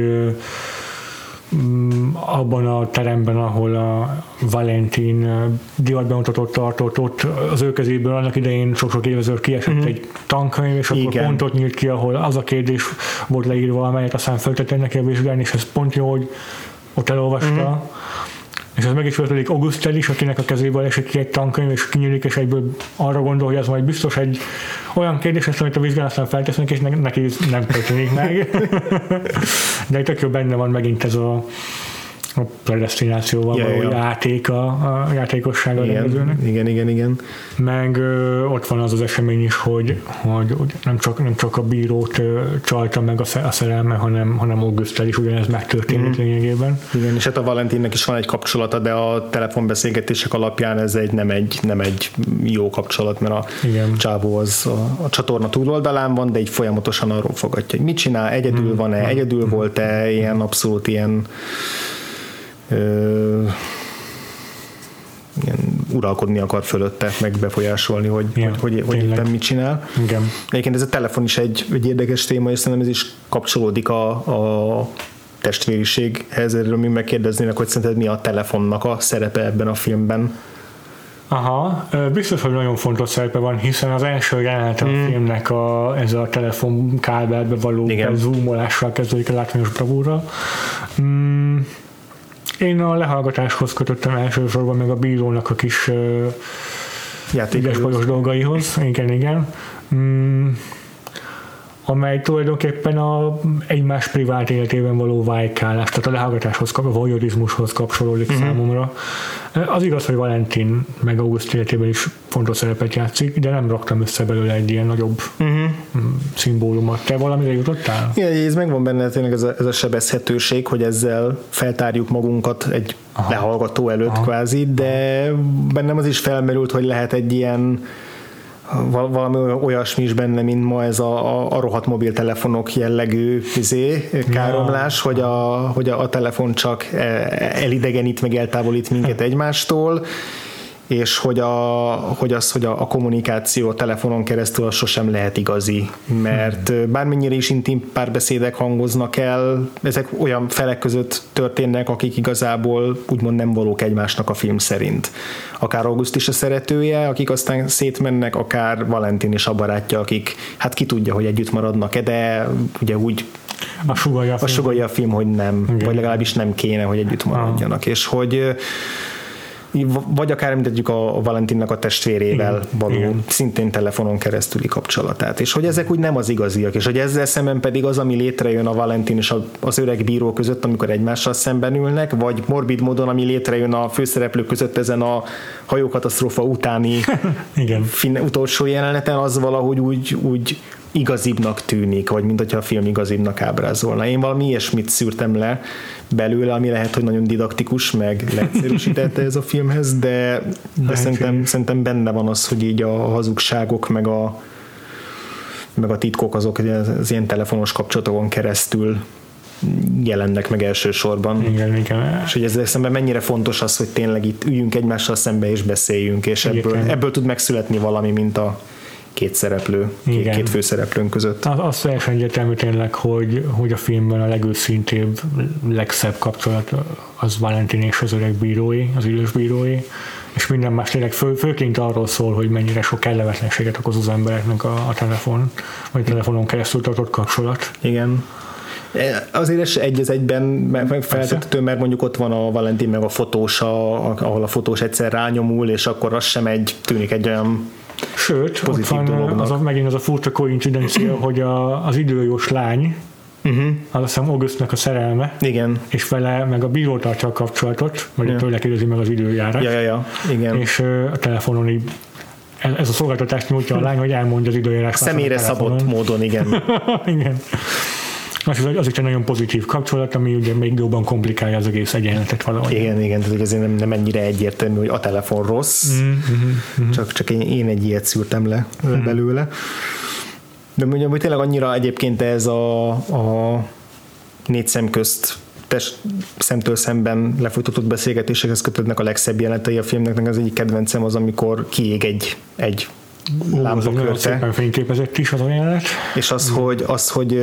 abban a teremben, ahol a Valentin divatbemutatót tartott, ott az ő kezéből annak idején sok-sok évezőt kiesett mm-hmm. egy tankönyv, és akkor igen. pontot nyílt ki, ahol az a kérdés volt leírva, amelyet aztán föltette neki a vizsgán, és ez pont jó, hogy ott elolvasta, mm-hmm. és ez meg is történik Augustel is, akinek a kezéből esik ki egy tankönyv, és kinyílik, és egyből arra gondol, hogy ez majd biztos egy olyan kérdés lesz, amit a vizsgán aztán feltesznek, és neki nem történik meg. De egy tök jó benne van megint ez a a predesztinációval ja, való ja. játék a, a játékossága a rendezőnek. Igen, igen, igen. Meg ö, ott van az az esemény is, hogy, hogy, hogy nem, csak, nem csak a bírót ö, csalta meg a, a szerelme, hanem, hanem Augusttel is ugyanez megtörtént mm. lényegében. Igen, és hát a Valentinnek is van egy kapcsolata, de a telefonbeszélgetések alapján ez egy nem egy, nem egy jó kapcsolat, mert a igen. csávó az a, a csatorna túloldalán van, de így folyamatosan arról fogadja, hogy mit csinál, egyedül mm. van-e, egyedül mm. volt-e, ilyen abszolút ilyen Ö, ilyen uralkodni akar fölötte, meg befolyásolni, hogy, ja, hogy, hogy, hogy éppen mit csinál. Igen. Egyébként ez a telefon is egy, egy érdekes téma, és szerintem ez is kapcsolódik a, a testvériséghez, erről mi megkérdeznének, hogy szerinted mi a telefonnak a szerepe ebben a filmben. Aha, biztos, hogy nagyon fontos szerepe van, hiszen az első jelenet a mm. filmnek a, ez a telefon kábelbe való zoomolással kezdődik a látványos bravúra. Mm. Én a lehallgatáshoz kötöttem elsősorban, meg a bírónak a kis uh, ügyes bajos dolgaihoz. Igen, igen. Mm, amely tulajdonképpen a egymás privát életében való vájkálás, tehát a lehallgatáshoz, a voyeurizmushoz kapcsolódik mm-hmm. számomra. Az igaz, hogy Valentin meg August életében is fontos szerepet játszik, de nem raktam össze belőle egy ilyen nagyobb uh-huh. szimbólumot. Te valamire jutottál? Igen, ez megvan benne tényleg ez a, ez a sebezhetőség, hogy ezzel feltárjuk magunkat egy aha. lehallgató előtt aha. kvázi, de bennem az is felmerült, hogy lehet egy ilyen valami olyasmi is benne, mint ma ez a, a, a rohadt mobiltelefonok jellegű izé, káromlás, ja. hogy, a, hogy a, a telefon csak elidegenít, meg eltávolít minket egymástól, és hogy, a, hogy az, hogy a, a kommunikáció a telefonon keresztül az sosem lehet igazi, mert bármennyire is intim párbeszédek hangoznak el, ezek olyan felek között történnek, akik igazából úgymond nem valók egymásnak a film szerint. Akár August is a szeretője, akik aztán szétmennek, akár Valentin is a barátja, akik hát ki tudja, hogy együtt maradnak-e, de ugye úgy a sugalja a film, a sugalja a film hogy nem, igen. vagy legalábbis nem kéne, hogy együtt maradjanak, ah. és hogy vagy akár említettük a Valentinnak a testvérével igen, való igen. szintén telefonon keresztüli kapcsolatát, és hogy ezek úgy nem az igaziak, és hogy ezzel szemben pedig az, ami létrejön a Valentin és az öreg bíró között, amikor egymással szemben ülnek, vagy morbid módon, ami létrejön a főszereplők között ezen a hajókatasztrófa utáni igen. fin- utolsó jeleneten, az valahogy úgy, úgy igazibbnak tűnik, vagy mint hogyha a film igazibbnak ábrázolna. Én valami ilyesmit szűrtem le belőle, ami lehet, hogy nagyon didaktikus, meg leegyszerűsítette ez a filmhez, de, de szerintem, szerintem benne van az, hogy így a hazugságok, meg a, meg a titkok azok az ilyen telefonos kapcsolatokon keresztül jelennek meg elsősorban. Igen, igen. És hogy ezzel szemben mennyire fontos az, hogy tényleg itt üljünk egymással szembe és beszéljünk, és ebből, ebből tud megszületni valami, mint a két szereplő, két, két főszereplőnk között. Az, az teljesen egyértelmű tényleg, hogy, hogy a filmben a legőszintébb, legszebb kapcsolat az Valentin és az öreg bírói, az idős bírói, és minden más tényleg fő, főként arról szól, hogy mennyire sok kellemetlenséget okoz az embereknek a, a telefon, vagy a telefonon keresztül tartott kapcsolat. Igen. Azért ez egy az egyben feltető, mert mondjuk ott van a Valentin meg a fotós, ahol a fotós egyszer rányomul, és akkor az sem egy, tűnik egy olyan sőt, ott van az a, megint az a furcsa koincidencia, hogy a, az időjós lány, uh-huh. az azt hiszem Augustnak a szerelme, igen. és vele meg a bíró tartja a kapcsolatot, vagy ja. tőle kérdezi meg az időjárás, ja, ja, ja. Igen. és uh, a telefonon így ez a szolgáltatást nyújtja a lány, hogy elmondja az időjárás. Személyre szabott módon, igen. igen. Az, az is egy nagyon pozitív kapcsolat, ami ugye még jobban komplikálja az egész egyenletet valahogy. Igen, igen, tehát azért nem, nem ennyire egyértelmű, hogy a telefon rossz, mm-hmm. csak, csak én, én egy ilyet szűrtem le mm. belőle. De mondjam, hogy tényleg annyira egyébként ez a, a négy szem közt test, szemtől szemben lefolytatott beszélgetésekhez kötődnek a legszebb jelenetei a filmnek, az egyik kedvencem az, amikor kiég egy, egy lámpakörte. Szépen fényképezett is az a jelenet. És az, mm. hogy, az, hogy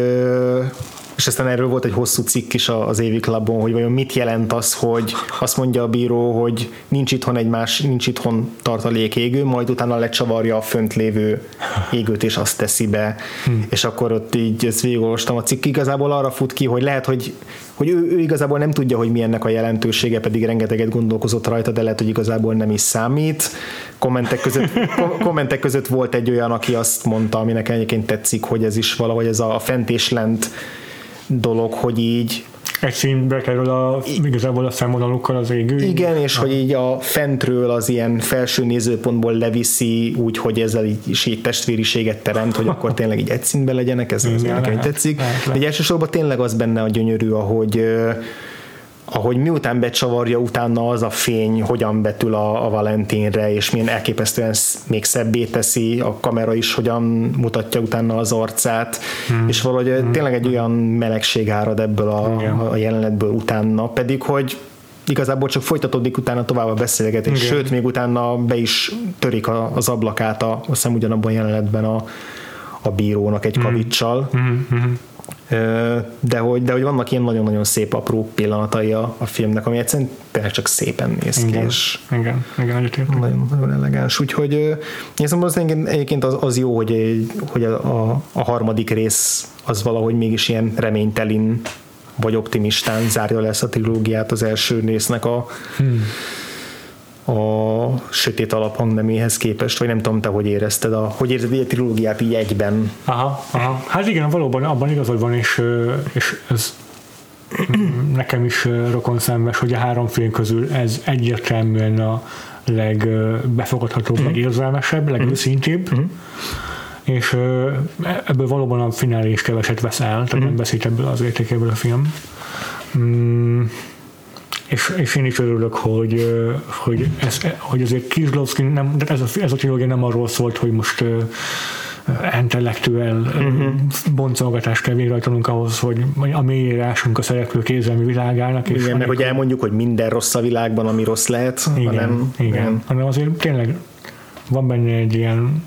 és aztán erről volt egy hosszú cikk is az Évi Clubon, hogy vajon mit jelent az, hogy azt mondja a bíró, hogy nincs itthon egy más, nincs itthon tartalék égő, majd utána lecsavarja a fönt lévő égőt, és azt teszi be. Hmm. És akkor ott így ezt végigolvastam, a cikk igazából arra fut ki, hogy lehet, hogy, hogy ő, ő igazából nem tudja, hogy mi ennek a jelentősége, pedig rengeteget gondolkozott rajta, de lehet, hogy igazából nem is számít. Kommentek között, kommentek között volt egy olyan, aki azt mondta, aminek egyébként tetszik, hogy ez is valahogy ez a fent és lent dolog, hogy így egy színbe kerül a, igazából a szemvonalokkal az égő. Igen, és ha. hogy így a fentről az ilyen felső nézőpontból leviszi úgy, hogy ezzel így, is így testvériséget teremt, hogy akkor tényleg így egy színben legyenek, ez az nekem tetszik. Lehet, lehet. De elsősorban tényleg az benne a gyönyörű, ahogy ahogy miután becsavarja, utána az a fény hogyan betül a, a Valentinre, és milyen elképesztően még szebbé teszi, a kamera is hogyan mutatja utána az arcát, hmm. és valahogy hmm. tényleg egy olyan melegség árad ebből a, a jelenetből utána, pedig hogy igazából csak folytatódik utána tovább a beszélgetés, igen. Sőt, még utána be is törik a, az ablakát, a, azt hiszem ugyanabban a jelenetben a, a bírónak egy kavicsal. Hmm. Hmm. De hogy, de hogy vannak ilyen nagyon-nagyon szép apró pillanatai a, a filmnek, ami egyszerűen tényleg csak szépen néz ki, igen, és igen, igen, nagyon, nagyon elegáns, úgyhogy én szerintem egyébként az, az jó, hogy, hogy a, a, a harmadik rész az valahogy mégis ilyen reménytelin vagy optimistán zárja le ezt a trilógiát az első résznek a hmm. a sötét alaphangneméhez képest, vagy nem tudom, te hogy érezted, a, hogy érzed egy trilógiát így egyben? Aha, aha. Hát igen, valóban abban igazad van, és, és ez nekem is rokonszenves, hogy a három film közül ez egyértelműen a legbefogadhatóbb, mm. legérzelmesebb, legőszintébb, mm. és ebből valóban a finálé is keveset vesz el, tehát mm. nem veszít ebből az értékéből a film. Mm. És, és én is örülök, hogy, hogy, ez, hogy azért Kieslowski nem, de ez a, ez a trilógia nem arról szólt, hogy most uh, intellektuál uh-huh. boncolgatást kell végrehajtanunk ahhoz, hogy a mélyére ásunk a szereplők érzelmi világának. És igen, meg hogy elmondjuk, hogy minden rossz a világban, ami rossz lehet. Igen, hanem, igen. igen. hanem azért tényleg van benne egy ilyen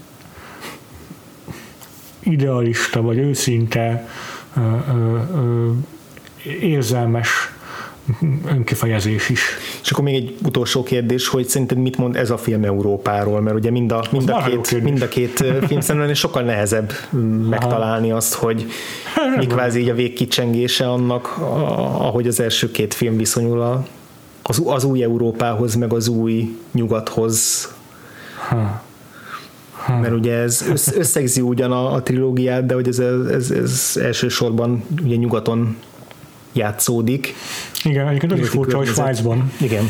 idealista, vagy őszinte, uh, uh, uh, érzelmes önkifejezés is. És akkor még egy utolsó kérdés, hogy szerinted mit mond ez a film Európáról, mert ugye mind a, mind a, két, mind a két film szemben sokkal nehezebb megtalálni azt, hogy mi kvázi így a végkicsengése annak, ahogy az első két film viszonyul a, az, az új Európához, meg az új nyugathoz. Ha. Ha. Mert ugye ez összegzi ugyan a, a trilógiát, de hogy ez, ez, ez elsősorban ugye nyugaton játszódik. Igen, egyébként az is furcsa, hogy Svájcban. Igen.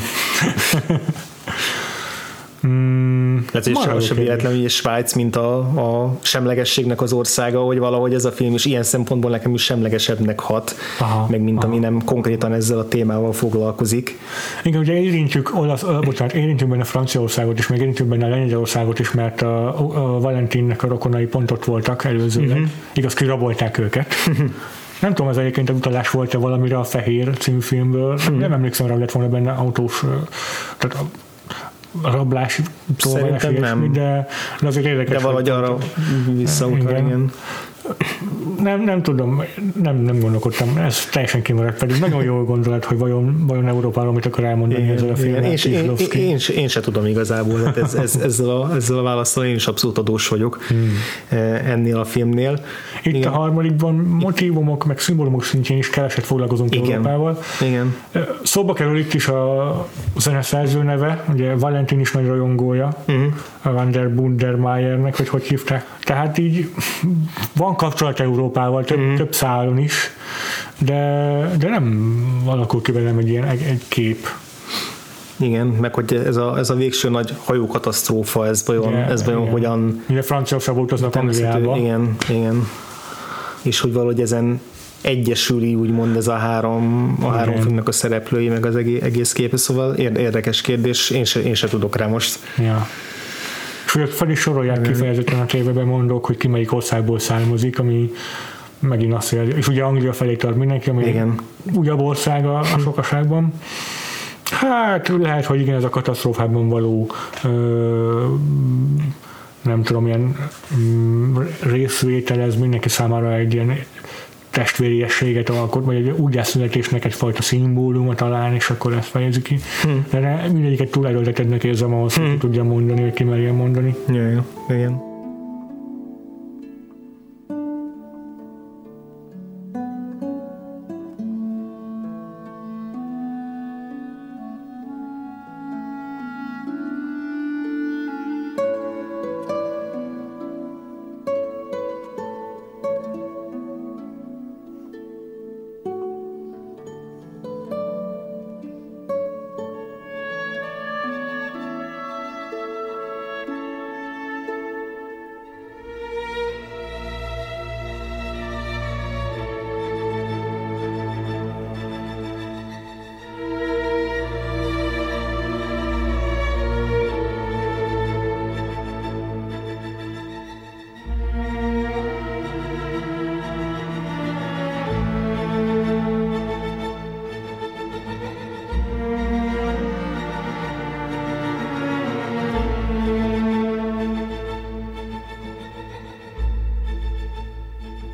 mm, Ez is sem véletlen, hogy Svájc, mint a, a semlegességnek az országa, hogy valahogy ez a film is ilyen szempontból nekem is semlegesebbnek hat, aha, meg mint aha. ami nem konkrétan ezzel a témával foglalkozik. Igen, ugye érintjük, olasz, bocsánat, érintjük benne Franciaországot is, meg érintjük benne Lengyelországot is, mert a, a Valentinnek a rokonai pont ott voltak előzőleg. Uh-huh. Igaz, kirabolták őket. Nem tudom, ez egyébként a utalás volt-e valamire a Fehér című filmből. Hmm. Nem emlékszem, hogy lett volna benne autós, tehát a rablás, szerintem nem. De, de azért érdekes. De valahogy arra visszautal, igen. igen. Nem, nem tudom, nem, nem gondolkodtam, ez teljesen kimaradt, pedig nagyon jó gondolat, hogy vajon, vajon Európáról mit akar elmondani igen, ezzel a filmmel. Én, én, én, én se tudom igazából, hát ez, ez, ezzel, a, ezzel a választal én is abszolút adós vagyok hmm. ennél a filmnél. Itt igen. a harmadikban motívumok, meg szimbólumok szintjén is keveset foglalkozunk igen. Európával. Igen. Szóba kerül itt is a zeneszerző neve, ugye Valentin is nagy rajongója, uh-huh. a Van der Bundermeiernek, vagy hogy hívták. Tehát így van kapcsolat Európával, több, mm. több szálon is, de, de nem alakul ki velem egy ilyen egy, egy kép. Igen, meg hogy ez a, ez a végső nagy hajókatasztrófa, ez vajon, yeah, ez vajon hogyan... Ugye Franciaország utaznak Angliába. Igen, igen. És hogy valahogy ezen egyesüli úgymond ez a három, a három filmnek a szereplői, meg az egész, egész képe, szóval érdekes kérdés, én se, én se tudok rá most. Ja. És ugye fel is sorolják mm. kifejezetten a tévében mondok, hogy ki melyik országból származik, ami megint azt jelenti, és ugye Anglia felé tart mindenki, ami igen. újabb ország a, a sokaságban. Hát lehet, hogy igen, ez a katasztrófában való ö, nem tudom, ilyen részvétel, ez mindenki számára egy ilyen testvériességet alkot, vagy egy újjászületésnek egyfajta szimbóluma talán, és akkor ezt fejezi ki. Hmm. De mindegyiket túl erőltetednek érzem ahhoz, hmm. hogy tudja mondani, hogy ki merjen mondani. Ja, ja, igen.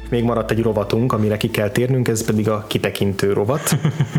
még maradt egy rovatunk, amire ki kell térnünk, ez pedig a kitekintő rovat.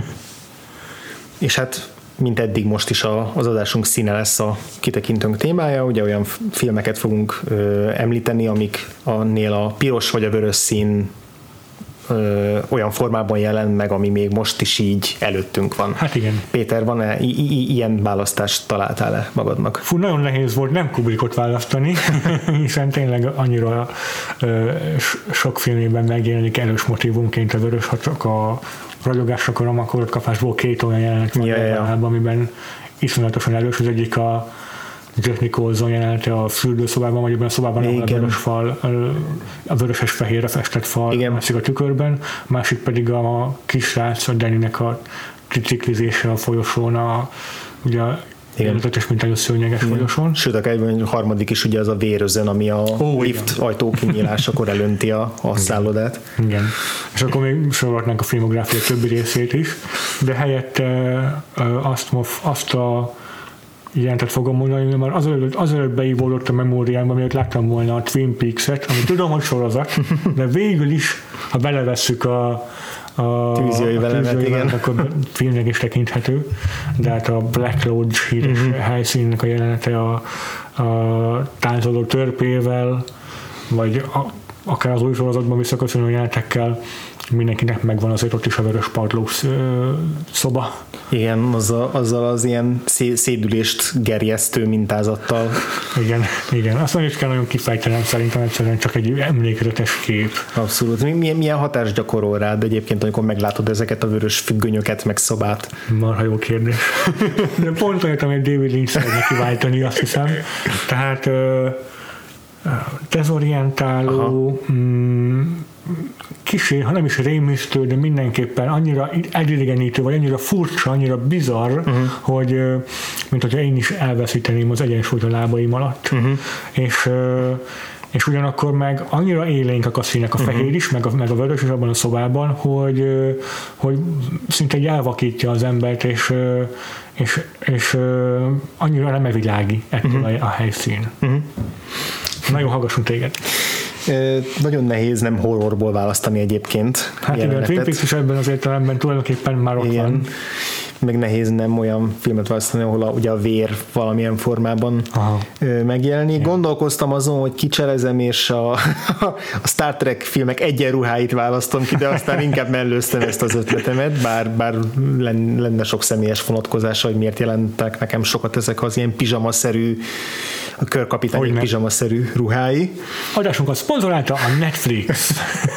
És hát mint eddig most is a, az adásunk színe lesz a kitekintőnk témája, ugye olyan filmeket fogunk ö, említeni, amik annél a piros vagy a vörös szín ö, olyan formában jelent meg, ami még most is így előttünk van. Hát igen. Péter, van-e i- i- ilyen választást találtál-e magadnak? Fú, nagyon nehéz volt nem Kubrickot választani, hiszen tényleg annyira ö, sok filmében megjelenik erős motívumként a vörös, ha csak a ragyogásra akarom, akkor ott kapásból két olyan jelenet van, ja, ja. amiben iszonyatosan erős. Az egyik a Jack Nicholson jelenete a fürdőszobában, vagy ebben a szobában, ahol a vörös fal, a vöröses fehérre festett fal mászik a tükörben, másik pedig a kisrác, a Danny-nek a triciklizése a folyosón, a, ugye életetes, mint egy szőnyeges folyosón. Sőt, a harmadik is ugye az a vérözön, ami a oh, lift igen. ajtó kinyílásakor elönti a, a szállodát. Igen. És akkor még sorolhatnánk a filmográfia többi részét is, de helyette azt, azt a jelentet fogom mondani, mert azelőtt, azelőtt beívódott a memóriámba, mielőtt láttam volna a Twin Peaks-et, ami tudom, hogy sorozat, de végül is, ha belevesszük a a tűzjöjj velemet, igen. Akkor filmnek is tekinthető, de hát a Black Lodge híres uh-huh. helyszínnek a jelenete a, a táncoló törpével, vagy a, akár az új sorozatban visszaköszönő jelenetekkel, mindenkinek megvan azért ott is a vörös padlós szoba. Igen, azzal, azzal az ilyen szédülést gerjesztő mintázattal. Igen, igen. Azt mondjuk kell nagyon kifejtenem, szerintem egyszerűen csak egy emlékezetes kép. Abszolút. Milyen, milyen hatást gyakorol rád egyébként, amikor meglátod ezeket a vörös függönyöket, meg szobát? Marha jó kérdés. De pont olyat, amit David Lynch szeretne kiváltani, azt hiszem. Tehát uh, dezorientáló, kicsi, ha nem is rémisztő, de mindenképpen annyira elidegenítő, vagy annyira furcsa, annyira bizarr, uh-huh. hogy mint hogyha én is elveszíteném az egyensúlyt a lábaim alatt. Uh-huh. És, és ugyanakkor meg annyira élénkek a színek, a fehér uh-huh. is, meg a, meg a vörös is abban a szobában, hogy, hogy szinte elvakítja az embert, és, és, és annyira nem evilági ettől uh-huh. a, a helyszín. Uh-huh. Nagyon hallgassunk téged. Nagyon nehéz nem horrorból választani egyébként. Hát igen, a Twin Peaks is ebben az értelemben tulajdonképpen már ott igen. van. Meg nehéz nem olyan filmet választani, ahol a, ugye a vér valamilyen formában Aha. megjelenik. Igen. Gondolkoztam azon, hogy kicselezem, és a, a Star Trek filmek egyenruháit választom ki, de aztán inkább mellőztem ezt az ötletemet, bár, bár lenne sok személyes vonatkozása, hogy miért jelentek nekem sokat ezek az ilyen pizsamaszerű, a körkapitány pizsamaszerű ruhái. Adásunkat szponzorálta a Netflix.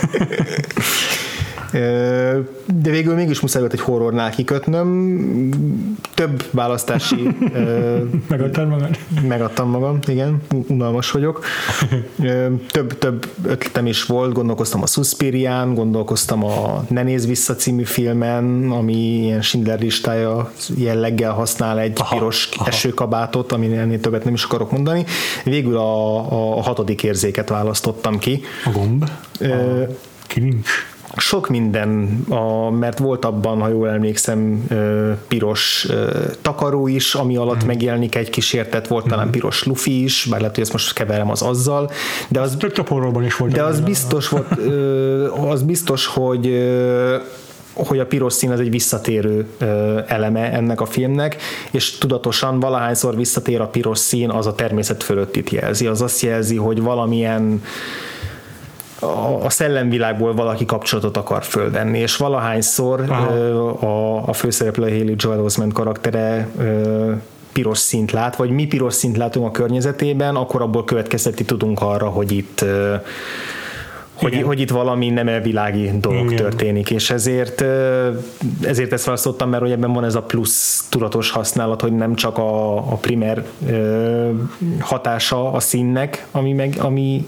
De végül mégis muszáj volt egy horrornál kikötnöm. Több választási... Megadtam magad? Megadtam magam, igen. Unalmas vagyok. Több, több ötletem is volt. Gondolkoztam a Suspirián, gondolkoztam a Ne nézz vissza című filmen, ami ilyen Schindler listája jelleggel használ egy aha, piros aha. esőkabátot, ami ennél többet nem is akarok mondani. Végül a, a hatodik érzéket választottam ki. A gomb? A kilincs? Sok minden, a, mert volt abban, ha jól emlékszem, piros takaró is, ami alatt mm. megjelenik egy kísértet, volt mm. talán piros lufi is, bár lehet, hogy ezt most keverem az azzal, de az, is volt de az biztos volt, az biztos, hogy hogy a piros szín az egy visszatérő eleme ennek a filmnek, és tudatosan valahányszor visszatér a piros szín, az a természet fölöttit jelzi, az azt jelzi, hogy valamilyen a szellemvilágból valaki kapcsolatot akar fölvenni, és valahányszor a, a főszereplő Haley Joel Osment karaktere piros színt lát, vagy mi piros színt látunk a környezetében, akkor abból következtetni tudunk arra, hogy itt Hogy, hogy itt valami nem elvilági dolog igen. történik, és ezért, ezért ezt választottam, mert hogy ebben van ez a plusz tudatos használat, hogy nem csak a, a primer hatása a színnek, ami, meg, ami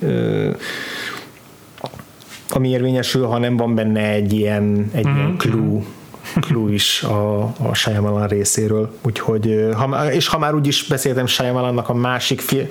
ami érvényesül, hanem van benne egy ilyen, egy mm-hmm. ilyen clue, clue is a, a Shyamalan részéről. Úgyhogy, ha, és ha már úgyis beszéltem Shyamalannak a másik film,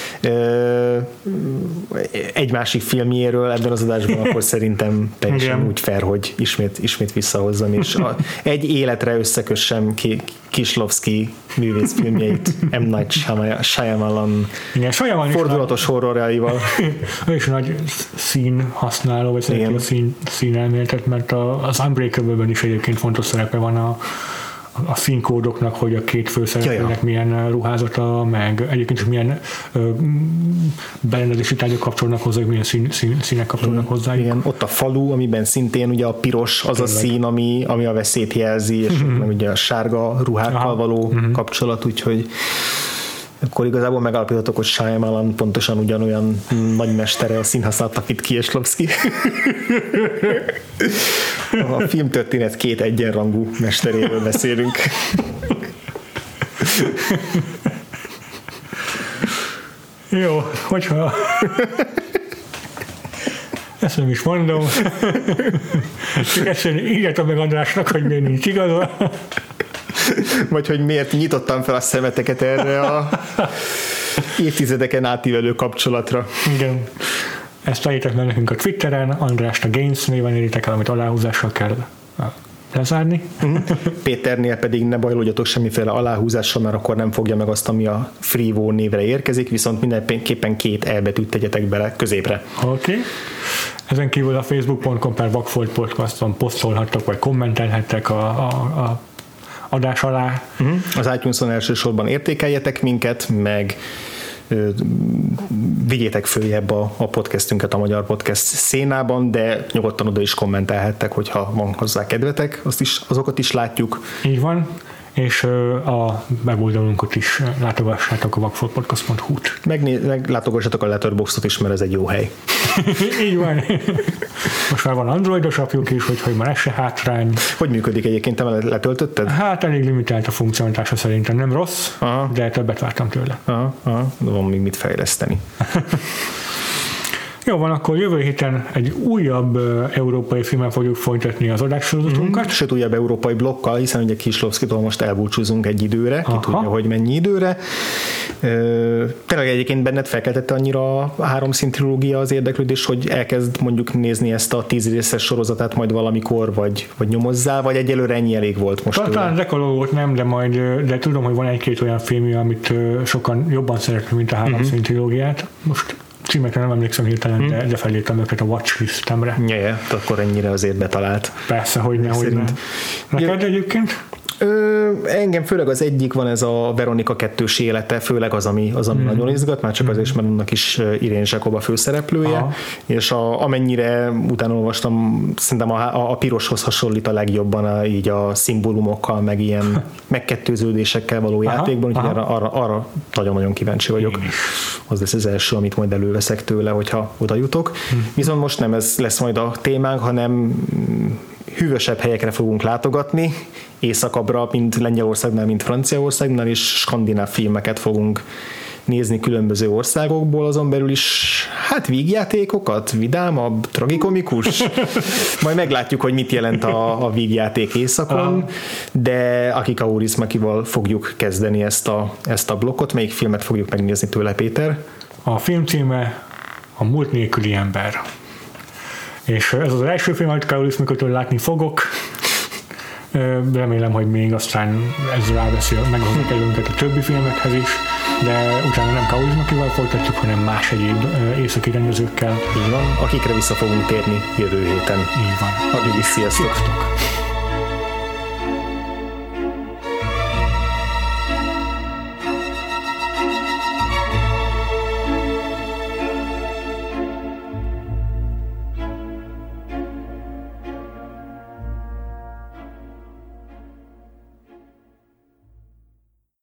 egy másik filmjéről ebben az adásban, akkor szerintem teljesen igen. úgy fair, hogy ismét, ismét visszahozzam, és a, egy életre összekössem Kieślowski művészfilmjeit M. Night Shyamalan fordulatos horrorjaival. Ő is nagy szín használó, vagy szerető a szín, szín elméletet, mert az Unbreakable-ben is egyébként fontos szerepe van a a színkódoknak, hogy a két főszereplőnek ja, ja. milyen ruházata, meg egyébként is milyen ö, berendezési tárgyak kapcsolnak hozzá, milyen szín, szín, színek kapcsolnak hozzá. Igen, ott a falu, amiben szintén ugye a piros az Tényleg. a szín, ami, ami a veszélyt jelzi, és mm-hmm. ugye a sárga ruhákkal Aha. való mm-hmm. kapcsolat, úgyhogy akkor igazából megállapítottuk, hogy Shyamalan pontosan ugyanolyan nagymestere a színhasználatnak, mint Kieslowski. A filmtörténet két egyenrangú mesteréről beszélünk. Jó, hogyha ezt nem is mondom. Csak egyszerűen írjátok meg Andrásnak, hogy miért nincs igaza. Vagy hogy miért nyitottam fel a szemeteket erre a évtizedeken átívelő kapcsolatra. Igen. Ezt találjátok meg nekünk a Twitteren, Andrást a Gains néven éritek el, amit aláhúzással kell lezárni. Péternél pedig ne bajlódjatok semmiféle aláhúzással, mert akkor nem fogja meg azt, ami a Freevo névre érkezik, viszont mindenképpen két elbetűt tegyetek bele középre. Oké. Okay. Ezen kívül a facebook pont com per Vagfolt podcaston posztolhattok, vagy kommentelhettek a, a, a adás alá. Uh-huh. Az iTunes-on elsősorban értékeljetek minket, meg ö, vigyétek följebb a, a podcastünket a magyar podcast szénában, de nyugodtan oda is kommentelhettek, hogyha van hozzá kedvetek, azt is, azokat is látjuk. Így van, és ö, a weboldalunkat is látogassátok a vagfolt podcast pont hu-t. Megné- meg látogassátok a Letterboxdot is, mert ez egy jó hely. Így van. Most már van androidos apjuk is, úgyhogy már ez se hátrány. Hogy működik egyébként? Te letöltötted? Hát elég limitált a funkcionalitása szerintem. Nem rossz, aha. de többet vártam tőle. Aha, aha. Van még mit fejleszteni. Jó van, akkor jövő héten egy újabb uh, európai filmmel fogjuk folytatni az adássorozatunkat. Mm-hmm. Sőt, újabb európai blokkal, hiszen ugye Kieslowskitól most elbúcsúzunk egy időre, Aha. ki tudja, hogy mennyi időre. Ö, tényleg egyébként benned felkeltette annyira a háromszín trilógia az érdeklődés, hogy elkezd mondjuk nézni ezt a tíz részes sorozatát majd valamikor, vagy, vagy nyomozzál, vagy egyelőre ennyi elég volt most? Talán Dekalógot nem, de majd, de tudom, hogy van egy-két olyan film, amit sokan jobban szeretnek, mint a háromszín mm-hmm. trilógiát. Most címekre nem emlékszem hirtelen, hmm. de, de felírtam őket a watchlistemre. Ja, ja, akkor ennyire azért betalált. Persze, hogy ne, hogy ne. Neked egyébként? Ö, engem főleg az egyik van, ez a Veronika kettős élete, főleg az, ami, az, ami mm. nagyon izgat, már csak mm. azért, mert annak is Irén Zsakob a főszereplője, Aha. és a, amennyire utána olvastam, szerintem a, a, a piroshoz hasonlít a legjobban a, így a szimbólumokkal, meg ilyen megkettőződésekkel való Aha. játékban, úgyhogy arra, arra, arra nagyon-nagyon kíváncsi vagyok. Mm. Az lesz az első, amit majd előveszek tőle, hogyha oda jutok. Mm. Viszont most nem ez lesz majd a témánk, hanem hűvösebb helyekre fogunk látogatni, északabbra, mint Lengyelországnál, mint Franciaországnál, és skandináv filmeket fogunk nézni különböző országokból, azon belül is, hát vígjátékokat, vidámabb, tragikomikus. Majd meglátjuk, hogy mit jelent a, a vígjáték északon, de Akika Kaurismäkival fogjuk kezdeni ezt a, ezt a blokkot. Melyik filmet fogjuk megnézni tőle, Péter? A film címe A múlt nélküli ember. És ez az első film, amit Kaurismäkitől látni fogok. Remélem, hogy még aztán ez ráveszi, meghozunk előnket a többi filmekhez is, de utána nem Kaurismäkival folytatjuk, hanem más egyéb északi rendezőkkel. Így van, akikre vissza fogunk térni jövő héten. Így van. Addig is sziasztok! Sziasztok.